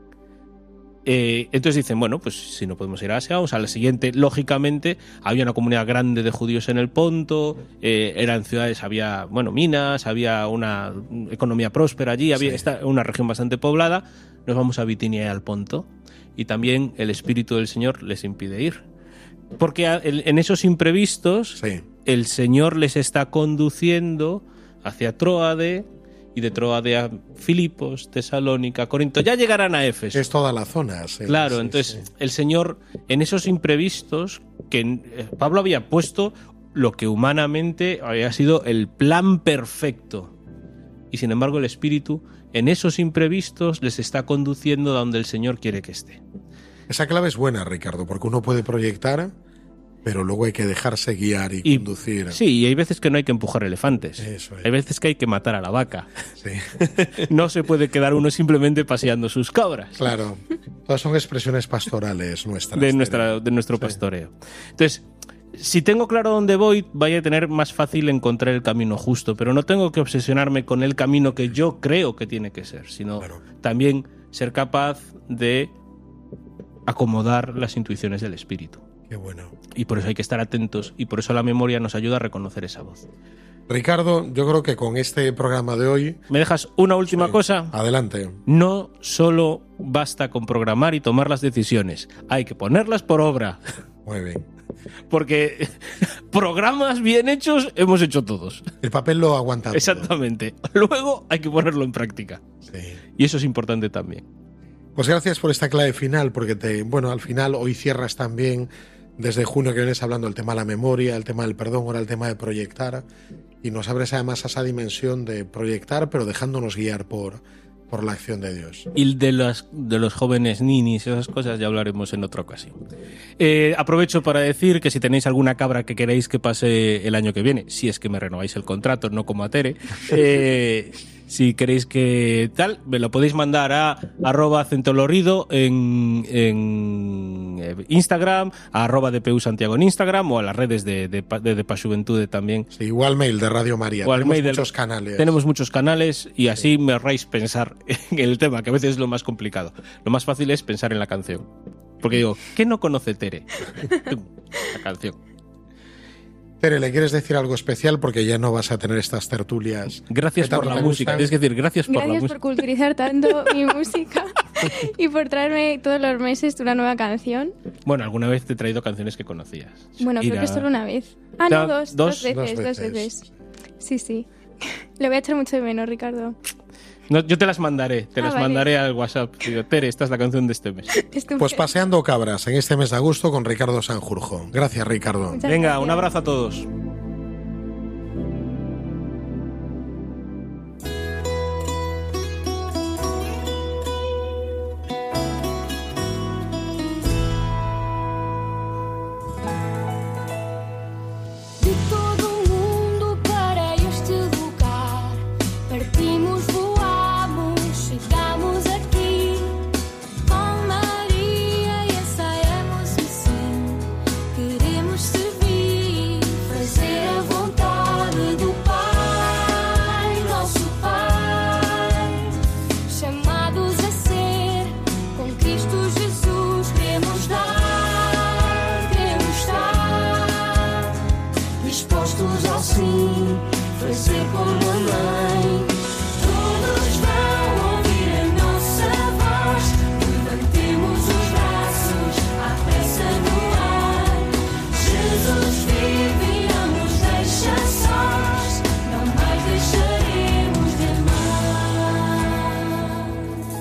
Eh, entonces dicen, bueno, pues si no podemos ir a Asia, vamos a la siguiente. Lógicamente, había una comunidad grande de judíos en el Ponto, eh, eran ciudades, había, bueno, minas, había una economía próspera allí, había Sí. esta- una región bastante poblada. Nos vamos a Bitinia y al Ponto. Y también el Espíritu del Señor les impide ir. Porque a- en en esos imprevistos, Sí. el Señor les está conduciendo hacia Tróade, y de Tróade a Filipos, Tesalónica, Corinto. Ya llegarán a Éfeso. Es toda la zona. Sí, Claro, sí, entonces sí. el Señor, en esos imprevistos, que eh, Pablo había puesto lo que humanamente había sido el plan perfecto. Y sin embargo el Espíritu, en esos imprevistos, les está conduciendo a donde el Señor quiere que esté. Esa clave es buena, Ricardo, porque uno puede proyectar, pero luego hay que dejarse guiar y, Y, conducir. sí, y hay veces que no hay que empujar elefantes. Eso es. Hay veces que hay que matar a la vaca. Sí. No se puede quedar uno simplemente paseando sus cabras. Claro. Todas son expresiones pastorales nuestras. de, nuestra, de nuestro pastoreo. Entonces, si tengo claro dónde voy, vaya a tener más fácil encontrar el camino justo, pero no tengo que obsesionarme con el camino que yo creo que tiene que ser, sino Claro. también ser capaz de acomodar las intuiciones del espíritu. Qué bueno. Y por eso hay que estar atentos, y por eso la memoria nos ayuda a reconocer esa voz. Ricardo, yo creo que con este programa de hoy... ¿Me dejas una última Sí. cosa? Adelante. No solo basta con programar y tomar las decisiones, hay que ponerlas por obra. Muy bien. Porque programas bien hechos hemos hecho todos. El papel lo aguanta todo. Exactamente. Luego hay que ponerlo en práctica. Sí. Y eso es importante también. Pues gracias por esta clave final, porque te, bueno, al final hoy cierras también desde junio que vienes hablando del tema de la memoria, el tema del perdón, ahora el tema de proyectar, y nos abres además esa dimensión de proyectar, pero dejándonos guiar por, por la acción de Dios. Y de, las, de los jóvenes ninis, esas cosas ya hablaremos en otra ocasión. Eh, aprovecho para decir que si tenéis alguna cabra que queréis que pase el año que viene, si es que me renováis el contrato, no como a Tere, eh, Si queréis que tal, me lo podéis mandar a arroba acentolorido en, en Instagram, a arroba D P U Santiago en Instagram o a las redes de, de, de, de Pajuventude también. Sí, igual mail de Radio María. O al tenemos mail del- muchos canales. Tenemos muchos canales y así me ahorráis pensar en el tema, que a veces es lo más complicado. Lo más fácil es pensar en la canción. Porque digo, ¿qué no conoce Tere? Tum, la canción. Tere, ¿le quieres decir algo especial? Porque ya no vas a tener estas tertulias. Gracias ¿Qué por tanto la te música. gustan? Tienes que decir gracias por la Gracias música. por culturizar tanto mi música y por traerme todos los meses una nueva canción. Bueno, alguna vez te he traído canciones que conocías. Bueno, creo Shakira. que solo una vez. Ah, Ya, no, dos, dos, dos, veces, dos dos veces. veces. Sí, sí. Le voy a echar mucho de menos, Ricardo. No, yo te las mandaré, te Ah, las vale. mandaré al WhatsApp. Digo, Tere, esta es la canción de este mes. Estupendo. Pues Paseando Cabras en este mes de agosto con Ricardo Sanjurjo. Gracias, Ricardo. Muchas Venga, gracias. un abrazo a todos. De todo o mundo para este lugar, partimos, voamos, chegamos aqui. Com Maria e ensaiamos o sim. Queremos servir, fazer a vontade do Pai, nosso Pai. Chamados a ser, com Cristo Jesus queremos dar, queremos estar. Dispostos ao sim, fazer como a mãe. Todos vão ouvir a nossa voz. Levantemos os braços à pressa no ar. Jesus vive e não nos deixa sós. Não mais deixaremos de amar.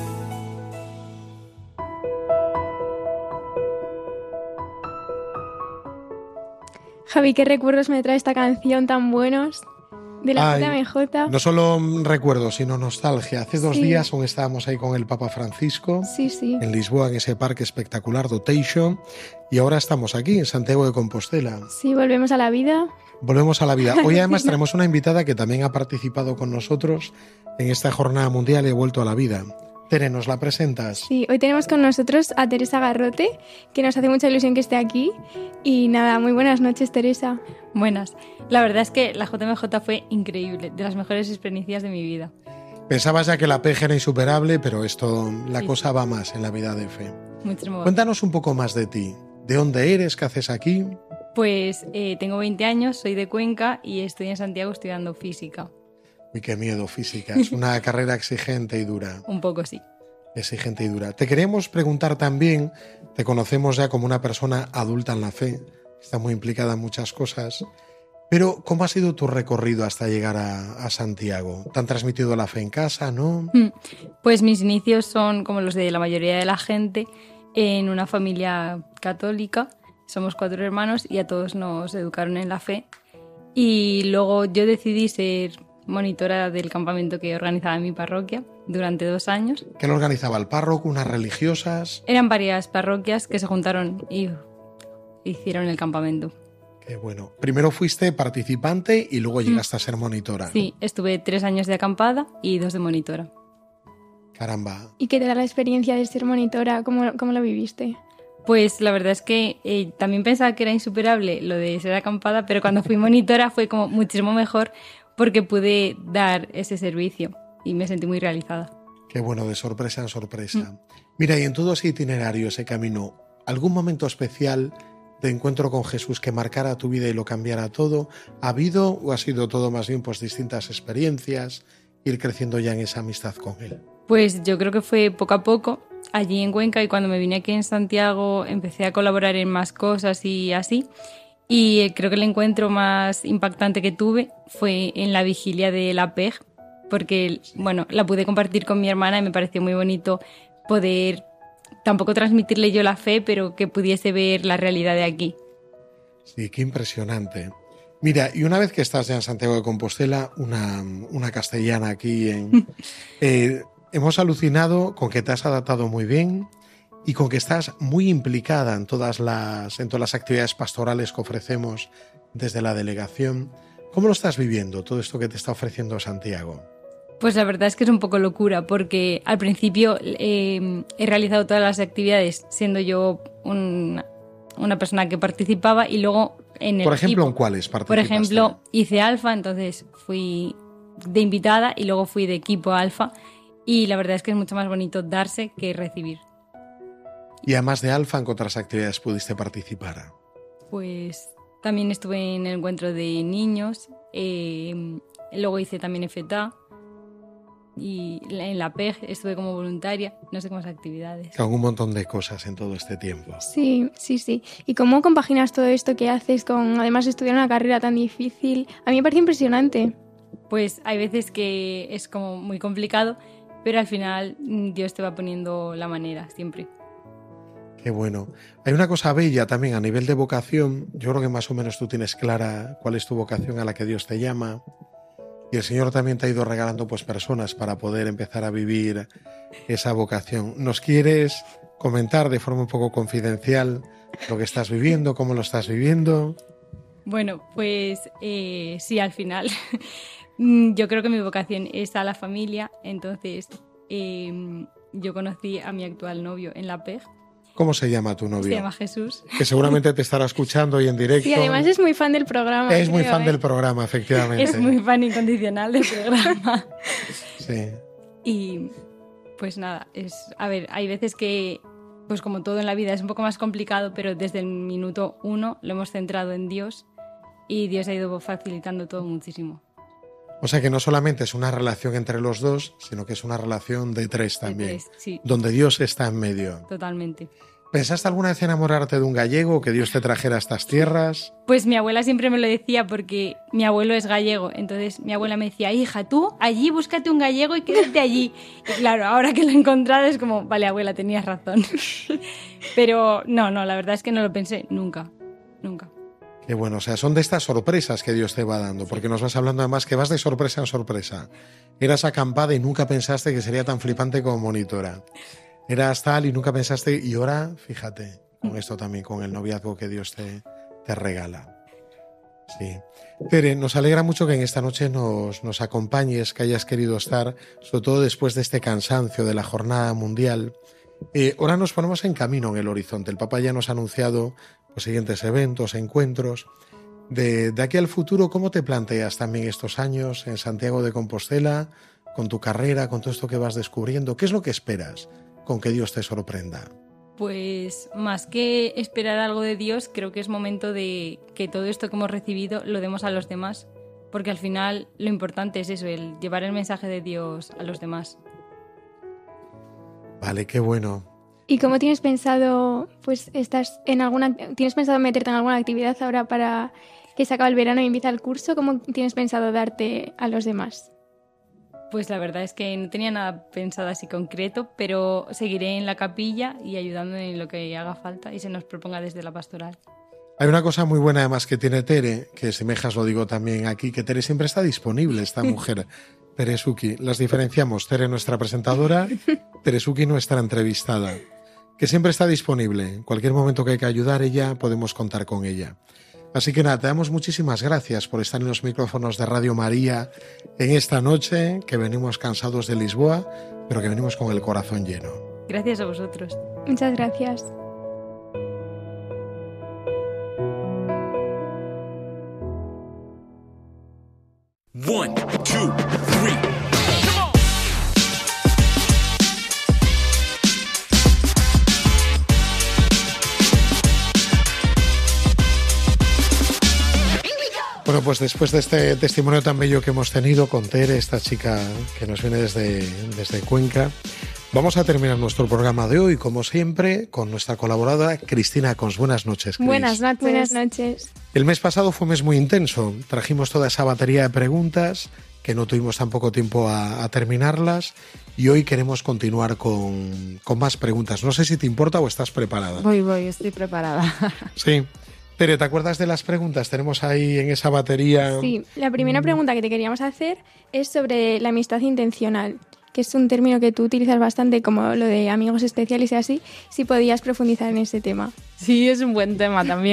Javi, ¿qué recuerdos me trae esta canción tan buenos? De la Ay, J M J. No solo recuerdos, sino nostalgia. Hace dos Sí. días aún estábamos ahí con el Papa Francisco Sí, sí. en Lisboa, en ese parque espectacular Dotation, y ahora estamos aquí en Santiago de Compostela. Sí, volvemos a la vida. Volvemos a la vida. Hoy además tenemos una invitada que también ha participado con nosotros en esta jornada mundial y ha vuelto a la vida. Tere, ¿nos la presentas? Sí, hoy tenemos con nosotros a Teresa Garrote, que nos hace mucha ilusión que esté aquí. Y nada, muy buenas noches, Teresa. Buenas. La verdad es que la J M J fue increíble, de las mejores experiencias de mi vida. Pensabas ya que la P G era insuperable, pero esto, la Sí, cosa va más en la vida de fe. Muchísimo. Cuéntanos un poco más de ti. ¿De dónde eres? ¿Qué haces aquí? Pues eh, tengo veinte años, soy de Cuenca y estoy en Santiago estudiando física. Uy, qué miedo, física. Es una carrera exigente y dura. Un poco sí. Exigente y dura. Te queríamos preguntar también, te conocemos ya como una persona adulta en la fe, está muy implicada en muchas cosas, pero ¿cómo ha sido tu recorrido hasta llegar a, a Santiago? ¿Te han transmitido la fe en casa, no? Mm. Pues mis inicios son como los de la mayoría de la gente, en una familia católica. Somos cuatro hermanos y a todos nos educaron en la fe. Y luego yo decidí ser monitora del campamento que organizaba en mi parroquia durante dos años. ¿Qué lo organizaba el párroco? ¿Unas religiosas? Eran varias parroquias que se juntaron y hicieron el campamento. Qué bueno. Primero fuiste participante y luego llegaste a ser monitora. Sí, estuve tres años de acampada y dos de monitora. Caramba. ¿Y qué te da la experiencia de ser monitora? ¿Cómo, cómo lo viviste? Pues la verdad es que eh, también pensaba que era insuperable lo de ser acampada, pero cuando fui monitora fue como muchísimo mejor porque pude dar ese servicio y me sentí muy realizada. Qué bueno, de sorpresa en sorpresa. Mira, y en todo ese itinerario, ese camino, ¿algún momento especial de encuentro con Jesús que marcara tu vida y lo cambiara todo? ¿Ha habido o ha sido todo más bien pues distintas experiencias, ir creciendo ya en esa amistad con Él? Pues yo creo que fue poco a poco allí en Cuenca y cuando me vine aquí en Santiago empecé a colaborar en más cosas y así. Y creo que el encuentro más impactante que tuve fue en la vigilia de la P E G, porque bueno, la pude compartir con mi hermana y me pareció muy bonito poder tampoco transmitirle yo la fe, pero que pudiese ver la realidad de aquí. Sí, qué impresionante. Mira, y una vez que estás ya en Santiago de Compostela, una, una castellana aquí, en, eh, hemos alucinado con que te has adaptado muy bien y con que estás muy implicada en todas las, en todas las actividades pastorales que ofrecemos desde la delegación. ¿Cómo lo estás viviendo, todo esto que te está ofreciendo Santiago? Pues la verdad es que es un poco locura, porque al principio eh, he realizado todas las actividades siendo yo un, una persona que participaba y luego en el Por ejemplo, equipo. ¿en cuáles Por participaste? ejemplo, hice alfa, entonces fui de invitada y luego fui de equipo alfa y la verdad es que es mucho más bonito darse que recibir. Y además de alfa, ¿en qué otras actividades pudiste participar? Pues también estuve en el encuentro de niños, eh, luego hice también F T A y en la P E G estuve como voluntaria, no sé qué más actividades. Con un montón de cosas en todo este tiempo. Sí, sí, sí. ¿Y cómo compaginas todo esto que haces con, además, estudiar una carrera tan difícil? A mí me parece impresionante. Pues hay veces que es como muy complicado, pero al final mm, Dios te va poniendo la manera, siempre. Qué bueno. Hay una cosa bella también a nivel de vocación. Yo creo que más o menos tú tienes clara cuál es tu vocación a la que Dios te llama. Y el Señor también te ha ido regalando pues personas para poder empezar a vivir esa vocación. ¿Nos quieres comentar de forma un poco confidencial lo que estás viviendo, cómo lo estás viviendo? Bueno, pues eh, sí, al final yo creo que mi vocación es a la familia, entonces eh, yo conocí a mi actual novio en la P E G. ¿Cómo se llama tu novio? Se llama Jesús. Que seguramente te estará escuchando hoy en directo. Sí, además es muy fan del programa. Es muy creo, fan ¿eh? del programa, efectivamente. Es muy fan incondicional del programa. Sí. Y pues nada, es, a ver, hay veces que, pues como todo en la vida es un poco más complicado, pero desde el minuto uno lo hemos centrado en Dios y Dios ha ido facilitando todo muchísimo. O sea que no solamente es una relación entre los dos, sino que es una relación de tres también, De tres, sí. donde Dios está en medio. Totalmente. ¿Pensaste alguna vez enamorarte de un gallego, que Dios te trajera a estas tierras? Pues mi abuela siempre me lo decía porque mi abuelo es gallego, entonces mi abuela me decía, hija, tú allí búscate un gallego y quédate allí. Y claro, ahora que lo he encontrado es como, vale, abuela, tenías razón. Pero no, no, la verdad es que no lo pensé nunca, nunca. Qué bueno, o sea, son de estas sorpresas que Dios te va dando, porque nos vas hablando además que vas de sorpresa en sorpresa. Eras acampada y nunca pensaste que sería tan flipante como monitora. Eras tal y nunca pensaste, y ahora, fíjate, con esto también, con el noviazgo que Dios te, te regala. Sí. Tere, nos alegra mucho que en esta noche nos, nos acompañes, que hayas querido estar, sobre todo después de este cansancio de la jornada mundial. Eh, ahora nos ponemos en camino en el horizonte. El Papa ya nos ha anunciado los siguientes eventos, encuentros. De, de aquí al futuro, ¿cómo te planteas también estos años en Santiago de Compostela, con tu carrera, con todo esto que vas descubriendo? ¿Qué es lo que esperas con que Dios te sorprenda? Pues más que esperar algo de Dios, creo que es momento de que todo esto que hemos recibido lo demos a los demás, porque al final lo importante es eso, el llevar el mensaje de Dios a los demás. Vale, qué bueno. ¿Y cómo tienes pensado, pues estás en alguna, tienes pensado meterte en alguna actividad ahora para que se acabe el verano y empieza el curso? ¿Cómo tienes pensado darte a los demás? Pues la verdad es que no tenía nada pensado así concreto, pero seguiré en la capilla y ayudando en lo que haga falta y se nos proponga desde la pastoral. Hay una cosa muy buena además que tiene Tere, que si me dejas lo digo también aquí, que Tere siempre está disponible, esta mujer. Teresuki, las diferenciamos. Tere nuestra presentadora, Teresuki nuestra entrevistada, que siempre está disponible. En cualquier momento que hay que ayudar ella, podemos contar con ella. Así que nada, te damos muchísimas gracias por estar en los micrófonos de Radio María en esta noche, que venimos cansados de Lisboa, pero que venimos con el corazón lleno. Gracias a vosotros. Muchas gracias. One, two, three. Bueno, pues después de este testimonio tan bello que hemos tenido con Tere, esta chica que nos viene desde, desde Cuenca, vamos a terminar nuestro programa de hoy, como siempre, con nuestra colaboradora Cristina Cons. Buenas noches, Cris. Buenas noches. Buenas noches. El mes pasado fue un mes muy intenso. Trajimos toda esa batería de preguntas que no tuvimos tampoco tiempo a, a terminarlas, y hoy queremos continuar con, con más preguntas. No sé si te importa o estás preparada. Voy, voy, estoy preparada. Sí. Tere, ¿te acuerdas de las preguntas? Tenemos ahí en esa batería... Sí, la primera pregunta que te queríamos hacer es sobre la amistad intencional, que es un término que tú utilizas bastante, como lo de amigos especiales y así. Si podías profundizar en ese tema. Sí, es un buen tema también.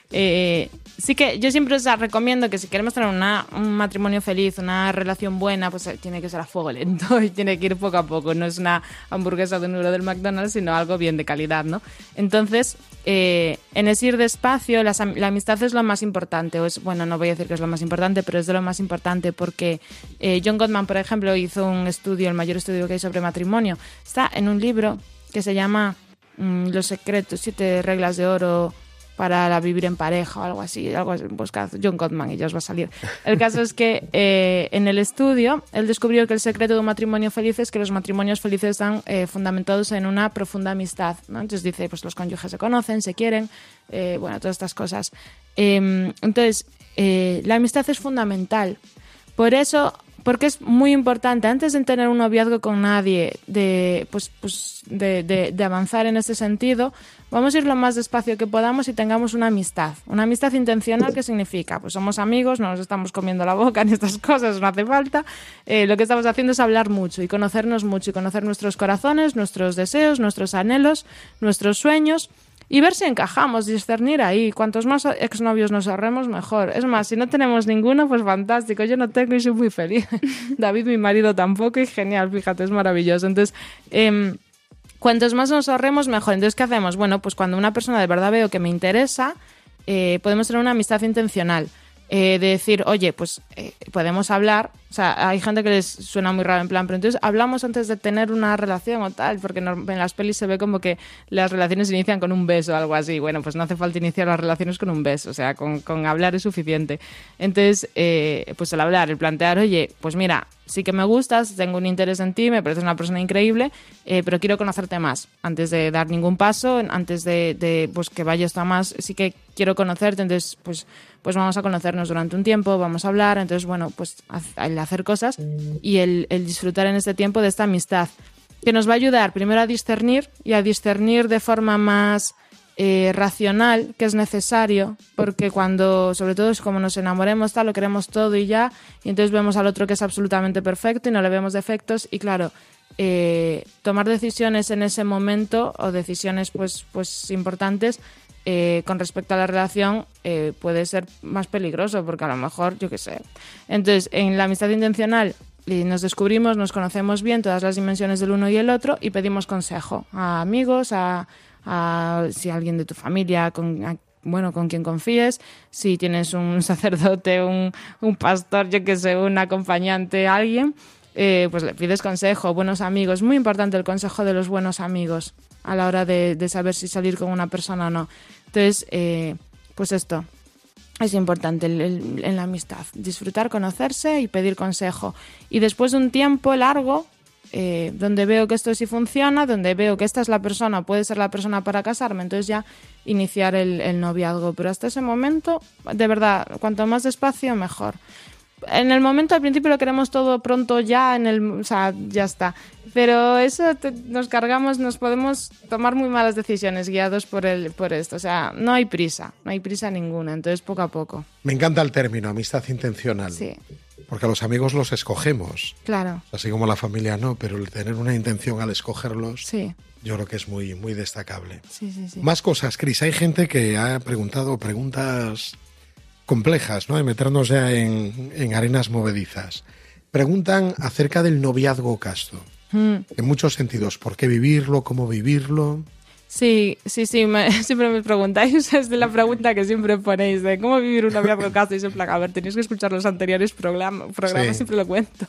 Eh, sí que yo siempre os recomiendo que si queremos tener una, un matrimonio feliz, una relación buena, pues eh, tiene que ser a fuego lento y tiene que ir poco a poco. No es una hamburguesa de un euro del McDonald's, sino algo bien de calidad, ¿no? Entonces, eh, en ese ir despacio, las, la amistad es lo más importante. O es, bueno, no voy a decir que es lo más importante, pero es de lo más importante porque eh, John Gottman, por ejemplo, hizo un estudio, el mayor estudio que hay sobre matrimonio. Está en un libro que se llama mmm, Los secretos, siete reglas de oro para la vivir en pareja o algo así, algo así, buscad John Gottman y ya os va a salir. El caso es que eh, en el estudio él descubrió que el secreto de un matrimonio feliz es que los matrimonios felices están eh, fundamentados en una profunda amistad, ¿no? Entonces dice, pues los cónyuges se conocen, se quieren, eh, bueno, todas estas cosas. Eh, entonces, eh, la amistad es fundamental. Por eso, porque es muy importante, antes de tener un noviazgo con nadie, de, pues, pues de, de, de avanzar en ese sentido, vamos a ir lo más despacio que podamos y tengamos una amistad. Una amistad intencional, ¿qué significa? Pues somos amigos, no nos estamos comiendo la boca ni estas cosas, no hace falta. Eh, lo que estamos haciendo es hablar mucho y conocernos mucho y conocer nuestros corazones, nuestros deseos, nuestros anhelos, nuestros sueños. Y ver si encajamos, discernir ahí. Cuantos más exnovios nos ahorremos, mejor. Es más, si no tenemos ninguno, pues fantástico. Yo no tengo y soy muy feliz. David, mi marido, tampoco y genial, fíjate, es maravilloso. Entonces, eh, cuantos más nos ahorremos, mejor. Entonces, ¿qué hacemos? Bueno, pues cuando una persona de verdad veo que me interesa, eh, podemos tener una amistad intencional. Eh, de decir, oye, pues eh, podemos hablar. O sea, hay gente que les suena muy raro en plan, pero entonces hablamos antes de tener una relación o tal, porque en las pelis se ve como que las relaciones se inician con un beso o algo así. Bueno, pues no hace falta iniciar las relaciones con un beso, o sea, con, con hablar es suficiente. Entonces, eh, pues el hablar, el plantear, oye, pues mira, sí que me gustas, tengo un interés en ti, me pareces una persona increíble, eh, pero quiero conocerte más. Antes de dar ningún paso, antes de, de pues que vaya esto a más, sí que quiero conocerte, entonces pues, pues vamos a conocernos durante un tiempo, vamos a hablar, entonces bueno, pues el hacer cosas y el, el disfrutar en este tiempo de esta amistad, que nos va a ayudar primero a discernir y a discernir de forma más eh, racional, que es necesario, porque cuando, sobre todo es como nos enamoremos, tal, lo queremos todo y ya, y entonces vemos al otro que es absolutamente perfecto y no le vemos defectos y claro, eh, tomar decisiones en ese momento o decisiones pues, pues importantes Eh, con respecto a la relación eh, puede ser más peligroso porque a lo mejor, yo qué sé. Entonces, en la amistad intencional eh, nos descubrimos, nos conocemos bien todas las dimensiones del uno y el otro y pedimos consejo a amigos, a, a si alguien de tu familia, con, a, bueno, con quien confíes, si tienes un sacerdote, un, un pastor, yo qué sé, un acompañante, alguien, eh, pues le pides consejo, buenos amigos. Muy importante el consejo de los buenos amigos a la hora de, de saber si salir con una persona o no. Entonces, eh, pues esto es importante el, el, en la amistad, disfrutar, conocerse y pedir consejo. Y después de un tiempo largo, eh, donde veo que esto sí funciona, donde veo que esta es la persona, puede ser la persona para casarme, entonces ya iniciar el, el noviazgo. Pero hasta ese momento, de verdad, cuanto más despacio, mejor. En el momento, al principio lo queremos todo pronto ya, en el, o sea, ya está. Pero eso te, nos cargamos, nos podemos tomar muy malas decisiones guiados por el, por esto. O sea, no hay prisa, no hay prisa ninguna. Entonces, poco a poco. Me encanta el término, amistad intencional. Sí. Porque a los amigos los escogemos. Claro. Así como la familia no, pero el tener una intención al escogerlos, sí, yo creo que es muy, muy destacable. Sí, sí, sí. Más cosas, Cris. Hay gente que ha preguntado preguntas complejas, ¿no? De meternos ya en, en arenas movedizas. Preguntan acerca del noviazgo casto. Mm. En muchos sentidos. ¿Por qué vivirlo? ¿Cómo vivirlo? Sí, sí, sí. Me, siempre me preguntáis. Es de la pregunta que siempre ponéis de cómo vivir un noviazgo casto. Y es en plan, a ver, tenéis que escuchar los anteriores programa, programas. Sí. Siempre lo cuento.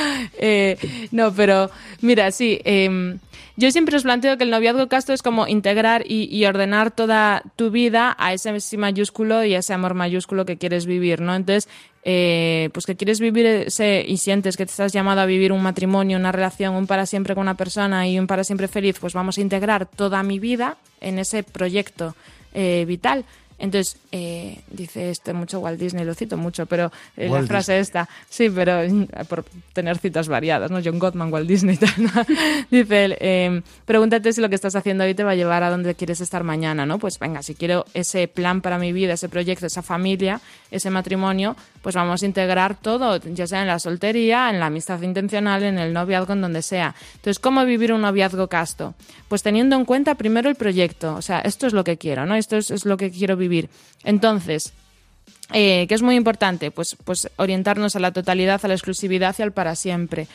Eh, no, pero mira, sí. Eh, yo siempre os planteo que el noviazgo casto es como integrar y, y ordenar toda tu vida a ese sí mayúsculo y a ese amor mayúsculo que quieres vivir, ¿no? Entonces, eh, pues que quieres vivir ese y sientes que te estás llamado a vivir un matrimonio, una relación, un para siempre con una persona y un para siempre feliz, pues vamos a integrar toda mi vida en ese proyecto eh, vital. Entonces, eh, dice este mucho Walt Disney, lo cito mucho, pero eh, la frase Disney. Esta, sí, pero por tener citas variadas, ¿no? John Gottman, Walt Disney, tal, ¿no? Dice él, eh, pregúntate si lo que estás haciendo hoy te va a llevar a donde quieres estar mañana, ¿no? Pues venga, si quiero ese plan para mi vida, ese proyecto, esa familia, ese matrimonio, pues vamos a integrar todo, ya sea en la soltería, en la amistad intencional, en el noviazgo, en donde sea. Entonces, ¿cómo vivir un noviazgo casto? Pues teniendo en cuenta primero el proyecto, o sea, esto es lo que quiero, ¿no? Esto es, es lo que quiero vivir vivir. Entonces, eh, ¿qué es muy importante? Pues, pues orientarnos a la totalidad, a la exclusividad y al para siempre.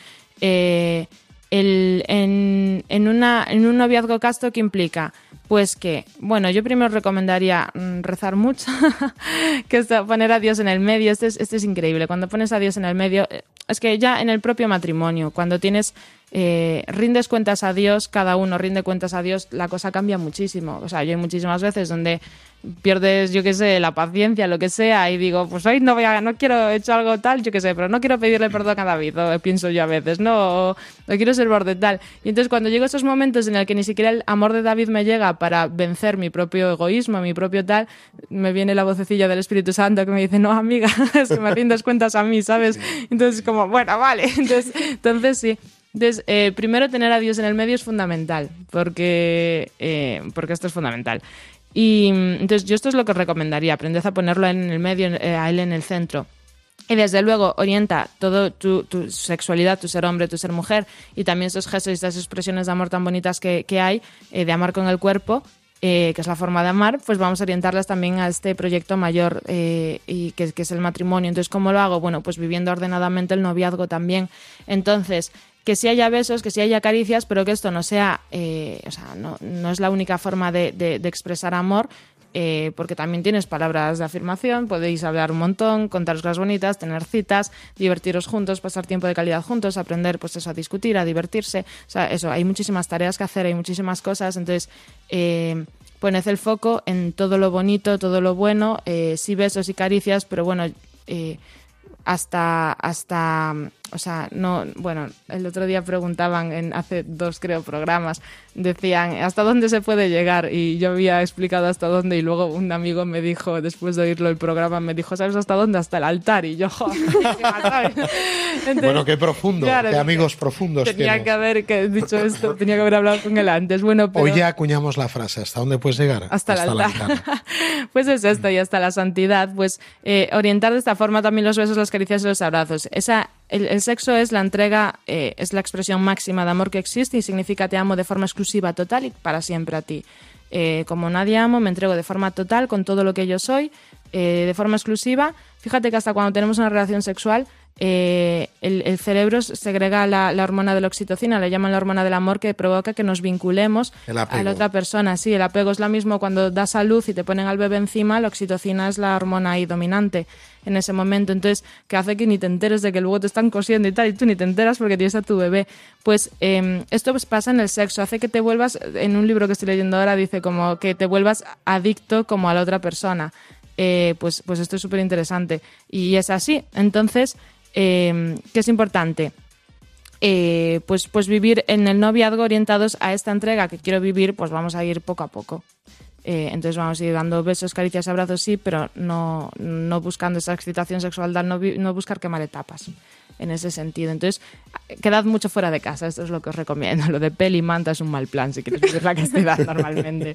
Eh, el, en, en, una, en un noviazgo casto, ¿qué implica? Pues que, bueno, yo primero recomendaría mm, rezar mucho, que es poner a Dios en el medio. Este es, este es increíble. Cuando pones a Dios en el medio, es que ya en el propio matrimonio, cuando tienes, eh, rindes cuentas a Dios, cada uno rinde cuentas a Dios, la cosa cambia muchísimo. O sea, yo hay muchísimas veces donde pierdes, yo qué sé, la paciencia, lo que sea, y digo, pues hoy no voy a, no quiero, he hecho algo tal, yo qué sé, pero no quiero pedirle perdón a David, o pienso yo a veces, no, no quiero ser borde tal. Y entonces cuando llego a esos momentos en el que ni siquiera el amor de David me llega para vencer mi propio egoísmo, mi propio tal, me viene la vocecilla del Espíritu Santo que me dice, no, amiga, es que me rindes cuentas a mí, ¿sabes? Entonces como, bueno, vale, entonces, entonces sí. Entonces, eh, primero tener a Dios en el medio es fundamental, porque, eh, porque esto es fundamental. Y entonces yo esto es lo que os recomendaría, aprended a ponerlo en el medio, eh, a él en el centro. Y desde luego orienta todo tu, tu sexualidad, tu ser hombre, tu ser mujer, y también esos gestos y esas expresiones de amor tan bonitas que, que hay, eh, de amar con el cuerpo, eh, que es la forma de amar, pues vamos a orientarlas también a este proyecto mayor, eh, y que, que es el matrimonio. Entonces, ¿cómo lo hago? Bueno, pues viviendo ordenadamente el noviazgo también. Entonces, que sí haya besos, que sí haya caricias, pero que esto no sea, eh, o sea, no, no es la única forma de, de, de expresar amor, eh, porque también tienes palabras de afirmación, podéis hablar un montón, contaros cosas bonitas, tener citas, divertiros juntos, pasar tiempo de calidad juntos, aprender, pues eso, a discutir, a divertirse, o sea, eso, hay muchísimas tareas que hacer, hay muchísimas cosas, entonces, eh, poned el foco en todo lo bonito, todo lo bueno, eh, sí besos y caricias, pero bueno, eh, hasta, hasta, o sea, no, bueno, el otro día preguntaban, en hace dos creo programas, decían, ¿hasta dónde se puede llegar? Y yo había explicado hasta dónde, y luego un amigo me dijo, después de oírlo el programa, me dijo, ¿sabes hasta dónde? Hasta el altar. Y yo, joder, entonces, bueno, qué profundo, claro, qué amigos profundos tenía tienes. que haber que, dicho esto, tenía que haber hablado con él antes. Bueno, pero Hoy ya acuñamos la frase, ¿hasta dónde puedes llegar? Hasta, hasta el altar. altar. Pues es esto, y hasta la santidad, pues eh, orientar de esta forma también los besos, las caricias y los abrazos. Esa, el, el sexo es la entrega, eh, es la expresión máxima de amor que existe, y significa te amo de forma exclusiva, total y para siempre a ti. Eh, como nadie amo, me entrego de forma total con todo lo que yo soy, eh, de forma exclusiva. Fíjate que hasta cuando tenemos una relación sexual, eh, el, el cerebro segrega la, la hormona de la oxitocina, le llaman la hormona del amor, que provoca que nos vinculemos a la otra persona. Sí, el apego es lo mismo cuando das a luz y te ponen al bebé encima, la oxitocina es la hormona ahí dominante en ese momento, entonces, que hace que ni te enteres de que luego te están cosiendo y tal, y tú ni te enteras porque tienes a tu bebé. Pues eh, esto pues pasa en el sexo, hace que te vuelvas, en un libro que estoy leyendo ahora dice como que te vuelvas adicto como a la otra persona. Eh, pues, pues esto es súper interesante y es así. Entonces, eh, ¿qué es importante? Eh, pues, pues vivir en el noviazgo orientados a esta entrega que quiero vivir, pues vamos a ir poco a poco. Eh, entonces vamos a ir dando besos, caricias, abrazos, sí, pero no, no buscando esa excitación sexual, no, no buscar quemar etapas en ese sentido. Entonces, quedad mucho fuera de casa, esto es lo que os recomiendo. Lo de peli y manta es un mal plan si quieres vivir la castidad normalmente.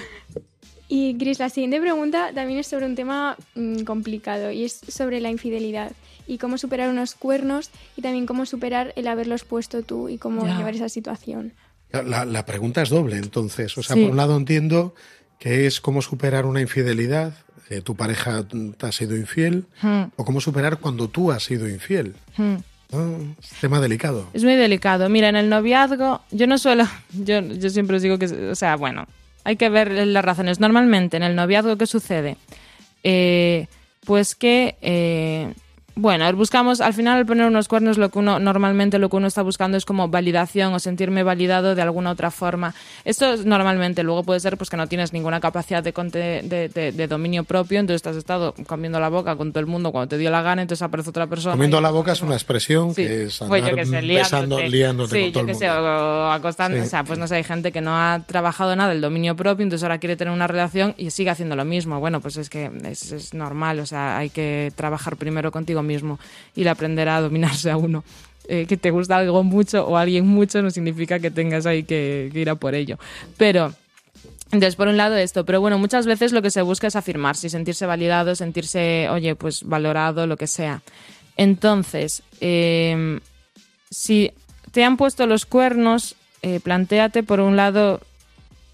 Y Gris, la siguiente pregunta también es sobre un tema mmm, complicado, y es sobre la infidelidad y cómo superar unos cuernos, y también cómo superar el haberlos puesto tú y cómo ya. llevar esa situación. La, la pregunta es doble, entonces. O sea, sí. por un lado entiendo que es cómo superar una infidelidad, eh, tu pareja te ha sido infiel, hmm. o cómo superar cuando tú has sido infiel. Hmm. Oh, es tema delicado. Es muy delicado. Mira, en el noviazgo, yo no suelo, yo, yo siempre os digo que, o sea, bueno, hay que ver las razones. Normalmente en el noviazgo, ¿qué sucede? Eh, pues que... Eh, Bueno, buscamos, al final al poner unos cuernos, lo que uno normalmente lo que uno está buscando es como validación o sentirme validado de alguna otra forma. Esto es normalmente, luego puede ser pues que no tienes ninguna capacidad de, de, de, de dominio propio, entonces te has estado comiendo la boca con todo el mundo cuando te dio la gana, entonces aparece otra persona. Comiendo la boca es una expresión sí. que es andar pues yo que sé, besando, liándote sí, con todo yo que el sé, mundo. o acostando, sí. o sea, pues no sé, hay gente que no ha trabajado nada el dominio propio, entonces ahora quiere tener una relación y sigue haciendo lo mismo. Bueno, pues es que es, es normal, o sea, hay que trabajar primero contigo mismo y aprender a dominarse a uno. Eh, que te gusta algo mucho o alguien mucho no significa que tengas ahí que, que ir a por ello. Pero, entonces, por un lado esto. Pero bueno, muchas veces lo que se busca es afirmarse y sentirse validado, sentirse, oye, pues valorado, lo que sea. Entonces, eh, si te han puesto los cuernos, eh, plantéate por un lado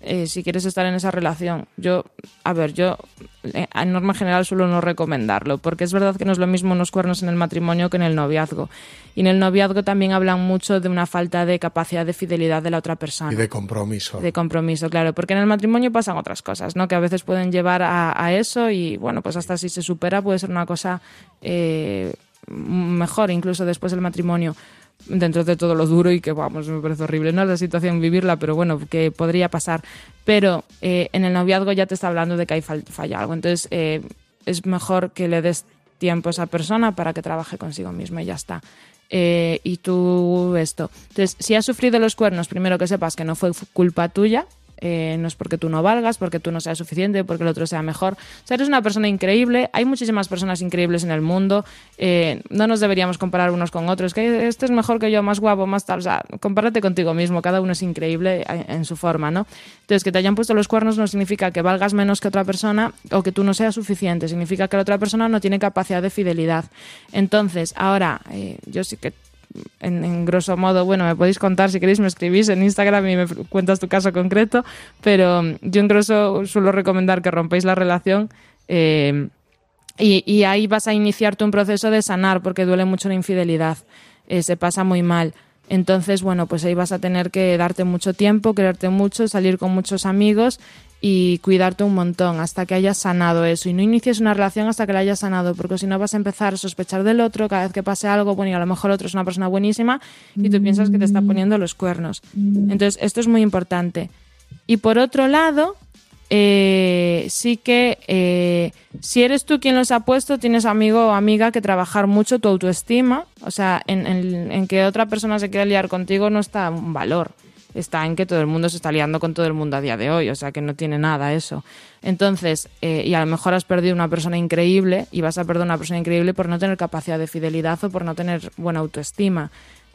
eh, si quieres estar en esa relación. Yo, a ver, yo eh, en norma general suelo no recomendarlo, porque es verdad que no es lo mismo unos cuernos en el matrimonio que en el noviazgo. Y en el noviazgo también hablan mucho de una falta de capacidad de fidelidad de la otra persona. Y de compromiso. De compromiso, claro, porque en el matrimonio pasan otras cosas, ¿no? Que a veces pueden llevar a, a eso y, bueno, pues hasta si se supera puede ser una cosa eh, mejor, incluso después del matrimonio, dentro de todo lo duro y que, vamos, me parece horrible, ¿no? La situación vivirla, pero bueno, que podría pasar. Pero eh, en el noviazgo ya te está hablando de que hay fall- falla algo, entonces eh, es mejor que le des tiempo a esa persona para que trabaje consigo misma y ya está. Eh, y tú esto. Entonces, si has sufrido los cuernos, primero que sepas que no fue culpa tuya, eh, no es porque tú no valgas, porque tú no seas suficiente, porque el otro sea mejor. O sea, eres una persona increíble, hay muchísimas personas increíbles en el mundo, eh, no nos deberíamos comparar unos con otros, que este es mejor que yo, más guapo, más tal, o sea, compárate contigo mismo, cada uno es increíble en, en su forma, ¿no? Entonces, que te hayan puesto los cuernos no significa que valgas menos que otra persona o que tú no seas suficiente, significa que la otra persona no tiene capacidad de fidelidad. Entonces, ahora, eh, yo sí que En, en grosso modo, bueno, me podéis contar si queréis, me escribís en Instagram y me cuentas tu caso concreto, pero yo en grosso suelo recomendar que rompáis la relación eh, y, y ahí vas a iniciarte un proceso de sanar porque duele mucho la infidelidad, eh, se pasa muy mal. Entonces, bueno, pues ahí vas a tener que darte mucho tiempo, quererte mucho, salir con muchos amigos y cuidarte un montón hasta que hayas sanado eso. Y no inicies una relación hasta que la hayas sanado, porque si no vas a empezar a sospechar del otro cada vez que pase algo, bueno, y a lo mejor el otro es una persona buenísima y tú piensas que te está poniendo los cuernos. Entonces, esto es muy importante. Y por otro lado, eh, sí que eh, si eres tú quien los ha puesto, tienes amigo o amiga que trabajar mucho tu autoestima. O sea, en, en, en que otra persona se quiera liar contigo no está un valor. Está en que todo el mundo se está liando con todo el mundo a día de hoy, o sea que no tiene nada eso. Entonces, eh, y a lo mejor has perdido una persona increíble y vas a perder una persona increíble por no tener capacidad de fidelidad o por no tener buena autoestima.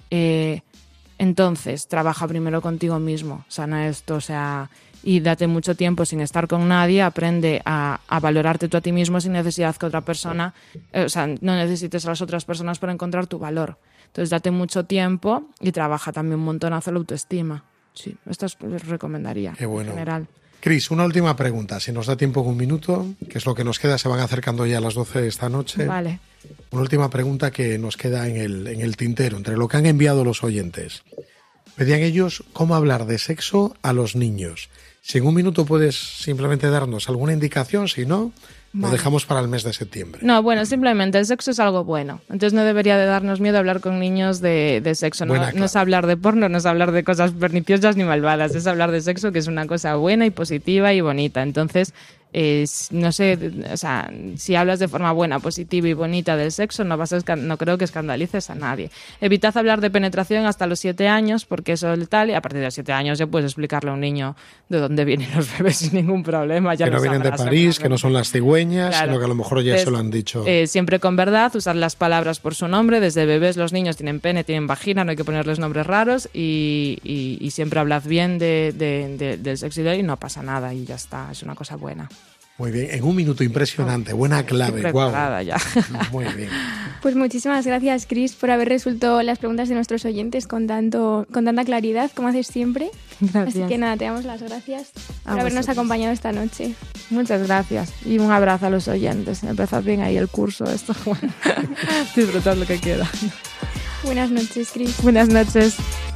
Eh, entonces, trabaja primero contigo mismo, sana esto, o sea, y date mucho tiempo sin estar con nadie, aprende a, a valorarte tú a ti mismo sin necesidad que otra persona, eh, o sea, no necesites a las otras personas para encontrar tu valor. Entonces, date mucho tiempo y trabaja también un montón hacia la autoestima. Sí, esto os recomendaría. Qué bueno. En general. Cris, una última pregunta. Si nos da tiempo en un minuto, que es lo que nos queda, se van acercando ya a las doce de esta noche. Vale. Una última pregunta que nos queda en el, en el tintero, entre lo que han enviado los oyentes. Pedían ellos cómo hablar de sexo a los niños. Si en un minuto puedes simplemente darnos alguna indicación, si no, lo Vale. dejamos para el mes de septiembre. No, bueno, simplemente el sexo es algo bueno. Entonces no debería de darnos miedo hablar con niños de, de sexo. No, Buena no es hablar de porno, no es hablar de cosas perniciosas ni malvadas. Es hablar de sexo, que es una cosa buena y positiva y bonita. Entonces, eh, no sé, o sea, si hablas de forma buena, positiva y bonita del sexo, no vas a escan- no creo que escandalices a nadie. Evitad hablar de penetración hasta los siete años, porque eso es tal, y a partir de los siete años ya puedes explicarle a un niño de dónde vienen los bebés sin ningún problema. Ya Que no lo vienen de sabrás, París, seguramente. que no son las cigüeñas, Claro. sino que a lo mejor ya Entonces, se lo han dicho. Eh, siempre con verdad, usar las palabras por su nombre. Desde bebés los niños tienen pene, tienen vagina, no hay que ponerles nombres raros y, y- y siempre hablad bien de, de- de- del sexo y no pasa nada y ya está, es una cosa buena. Muy bien, en un minuto impresionante, buena clave. Estoy Guau. preparada ya. Muy bien. Pues muchísimas gracias, Cris, por haber resuelto las preguntas de nuestros oyentes con tanto, con tanta claridad, como haces siempre. Gracias. Así que nada, te damos las gracias A por habernos vosotros. acompañado esta noche. Muchas gracias y un abrazo a los oyentes. Empezad bien ahí el curso, esto. Bueno, disfrutad lo que queda. Buenas noches, Cris. Buenas noches.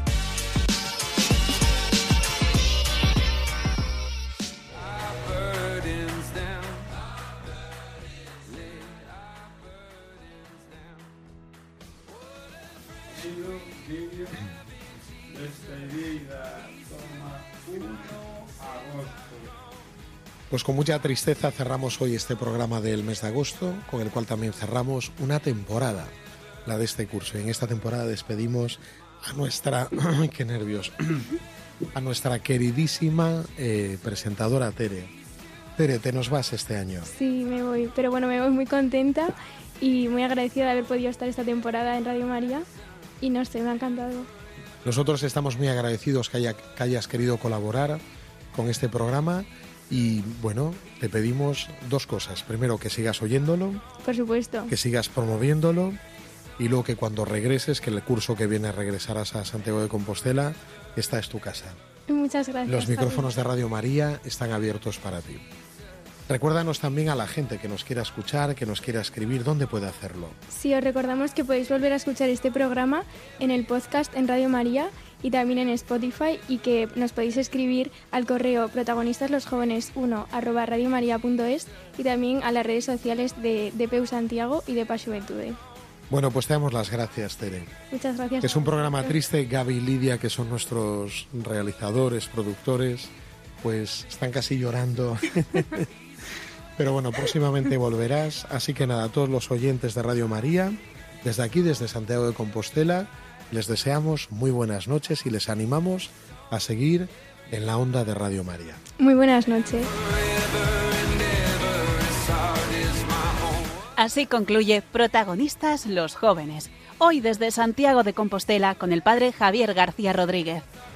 Pues con mucha tristeza cerramos hoy este programa del mes de agosto, con el cual también cerramos una temporada, la de este curso. Y en esta temporada despedimos a nuestra, ¡ay, qué nervios! A nuestra queridísima eh, presentadora Tere. Tere, te nos vas este año. Sí, me voy, pero bueno, me voy muy contenta y muy agradecida de haber podido estar esta temporada en Radio María y no sé, me ha encantado. Nosotros estamos muy agradecidos que, haya- que hayas querido colaborar con este programa y, bueno, te pedimos dos cosas. Primero, que sigas oyéndolo, Por supuesto. que sigas promoviéndolo y luego que cuando regreses, que el curso que viene regresarás a Santiago de Compostela, esta es tu casa. Muchas gracias. Los Javi. micrófonos de Radio María están abiertos para ti. Recuérdanos también a la gente que nos quiera escuchar, que nos quiera escribir, ¿dónde puede hacerlo? Sí, os recordamos que podéis volver a escuchar este programa en el podcast en Radio María y también en Spotify, y que nos podéis escribir al correo protagonistasLosJóvenes uno arroba radiomaria punto es y también a las redes sociales de D P U Santiago y de Paz Juventude. Bueno, pues te damos las gracias, Tere. Muchas gracias. Es un programa triste. Gaby y Lidia, que son nuestros realizadores, productores, pues están casi llorando. Pero bueno, próximamente volverás. Así que nada, a todos los oyentes de Radio María, desde aquí, desde Santiago de Compostela, les deseamos muy buenas noches y les animamos a seguir en la onda de Radio María. Muy buenas noches. Así concluye Protagonistas los Jóvenes. Hoy desde Santiago de Compostela con el padre Javier García Rodríguez.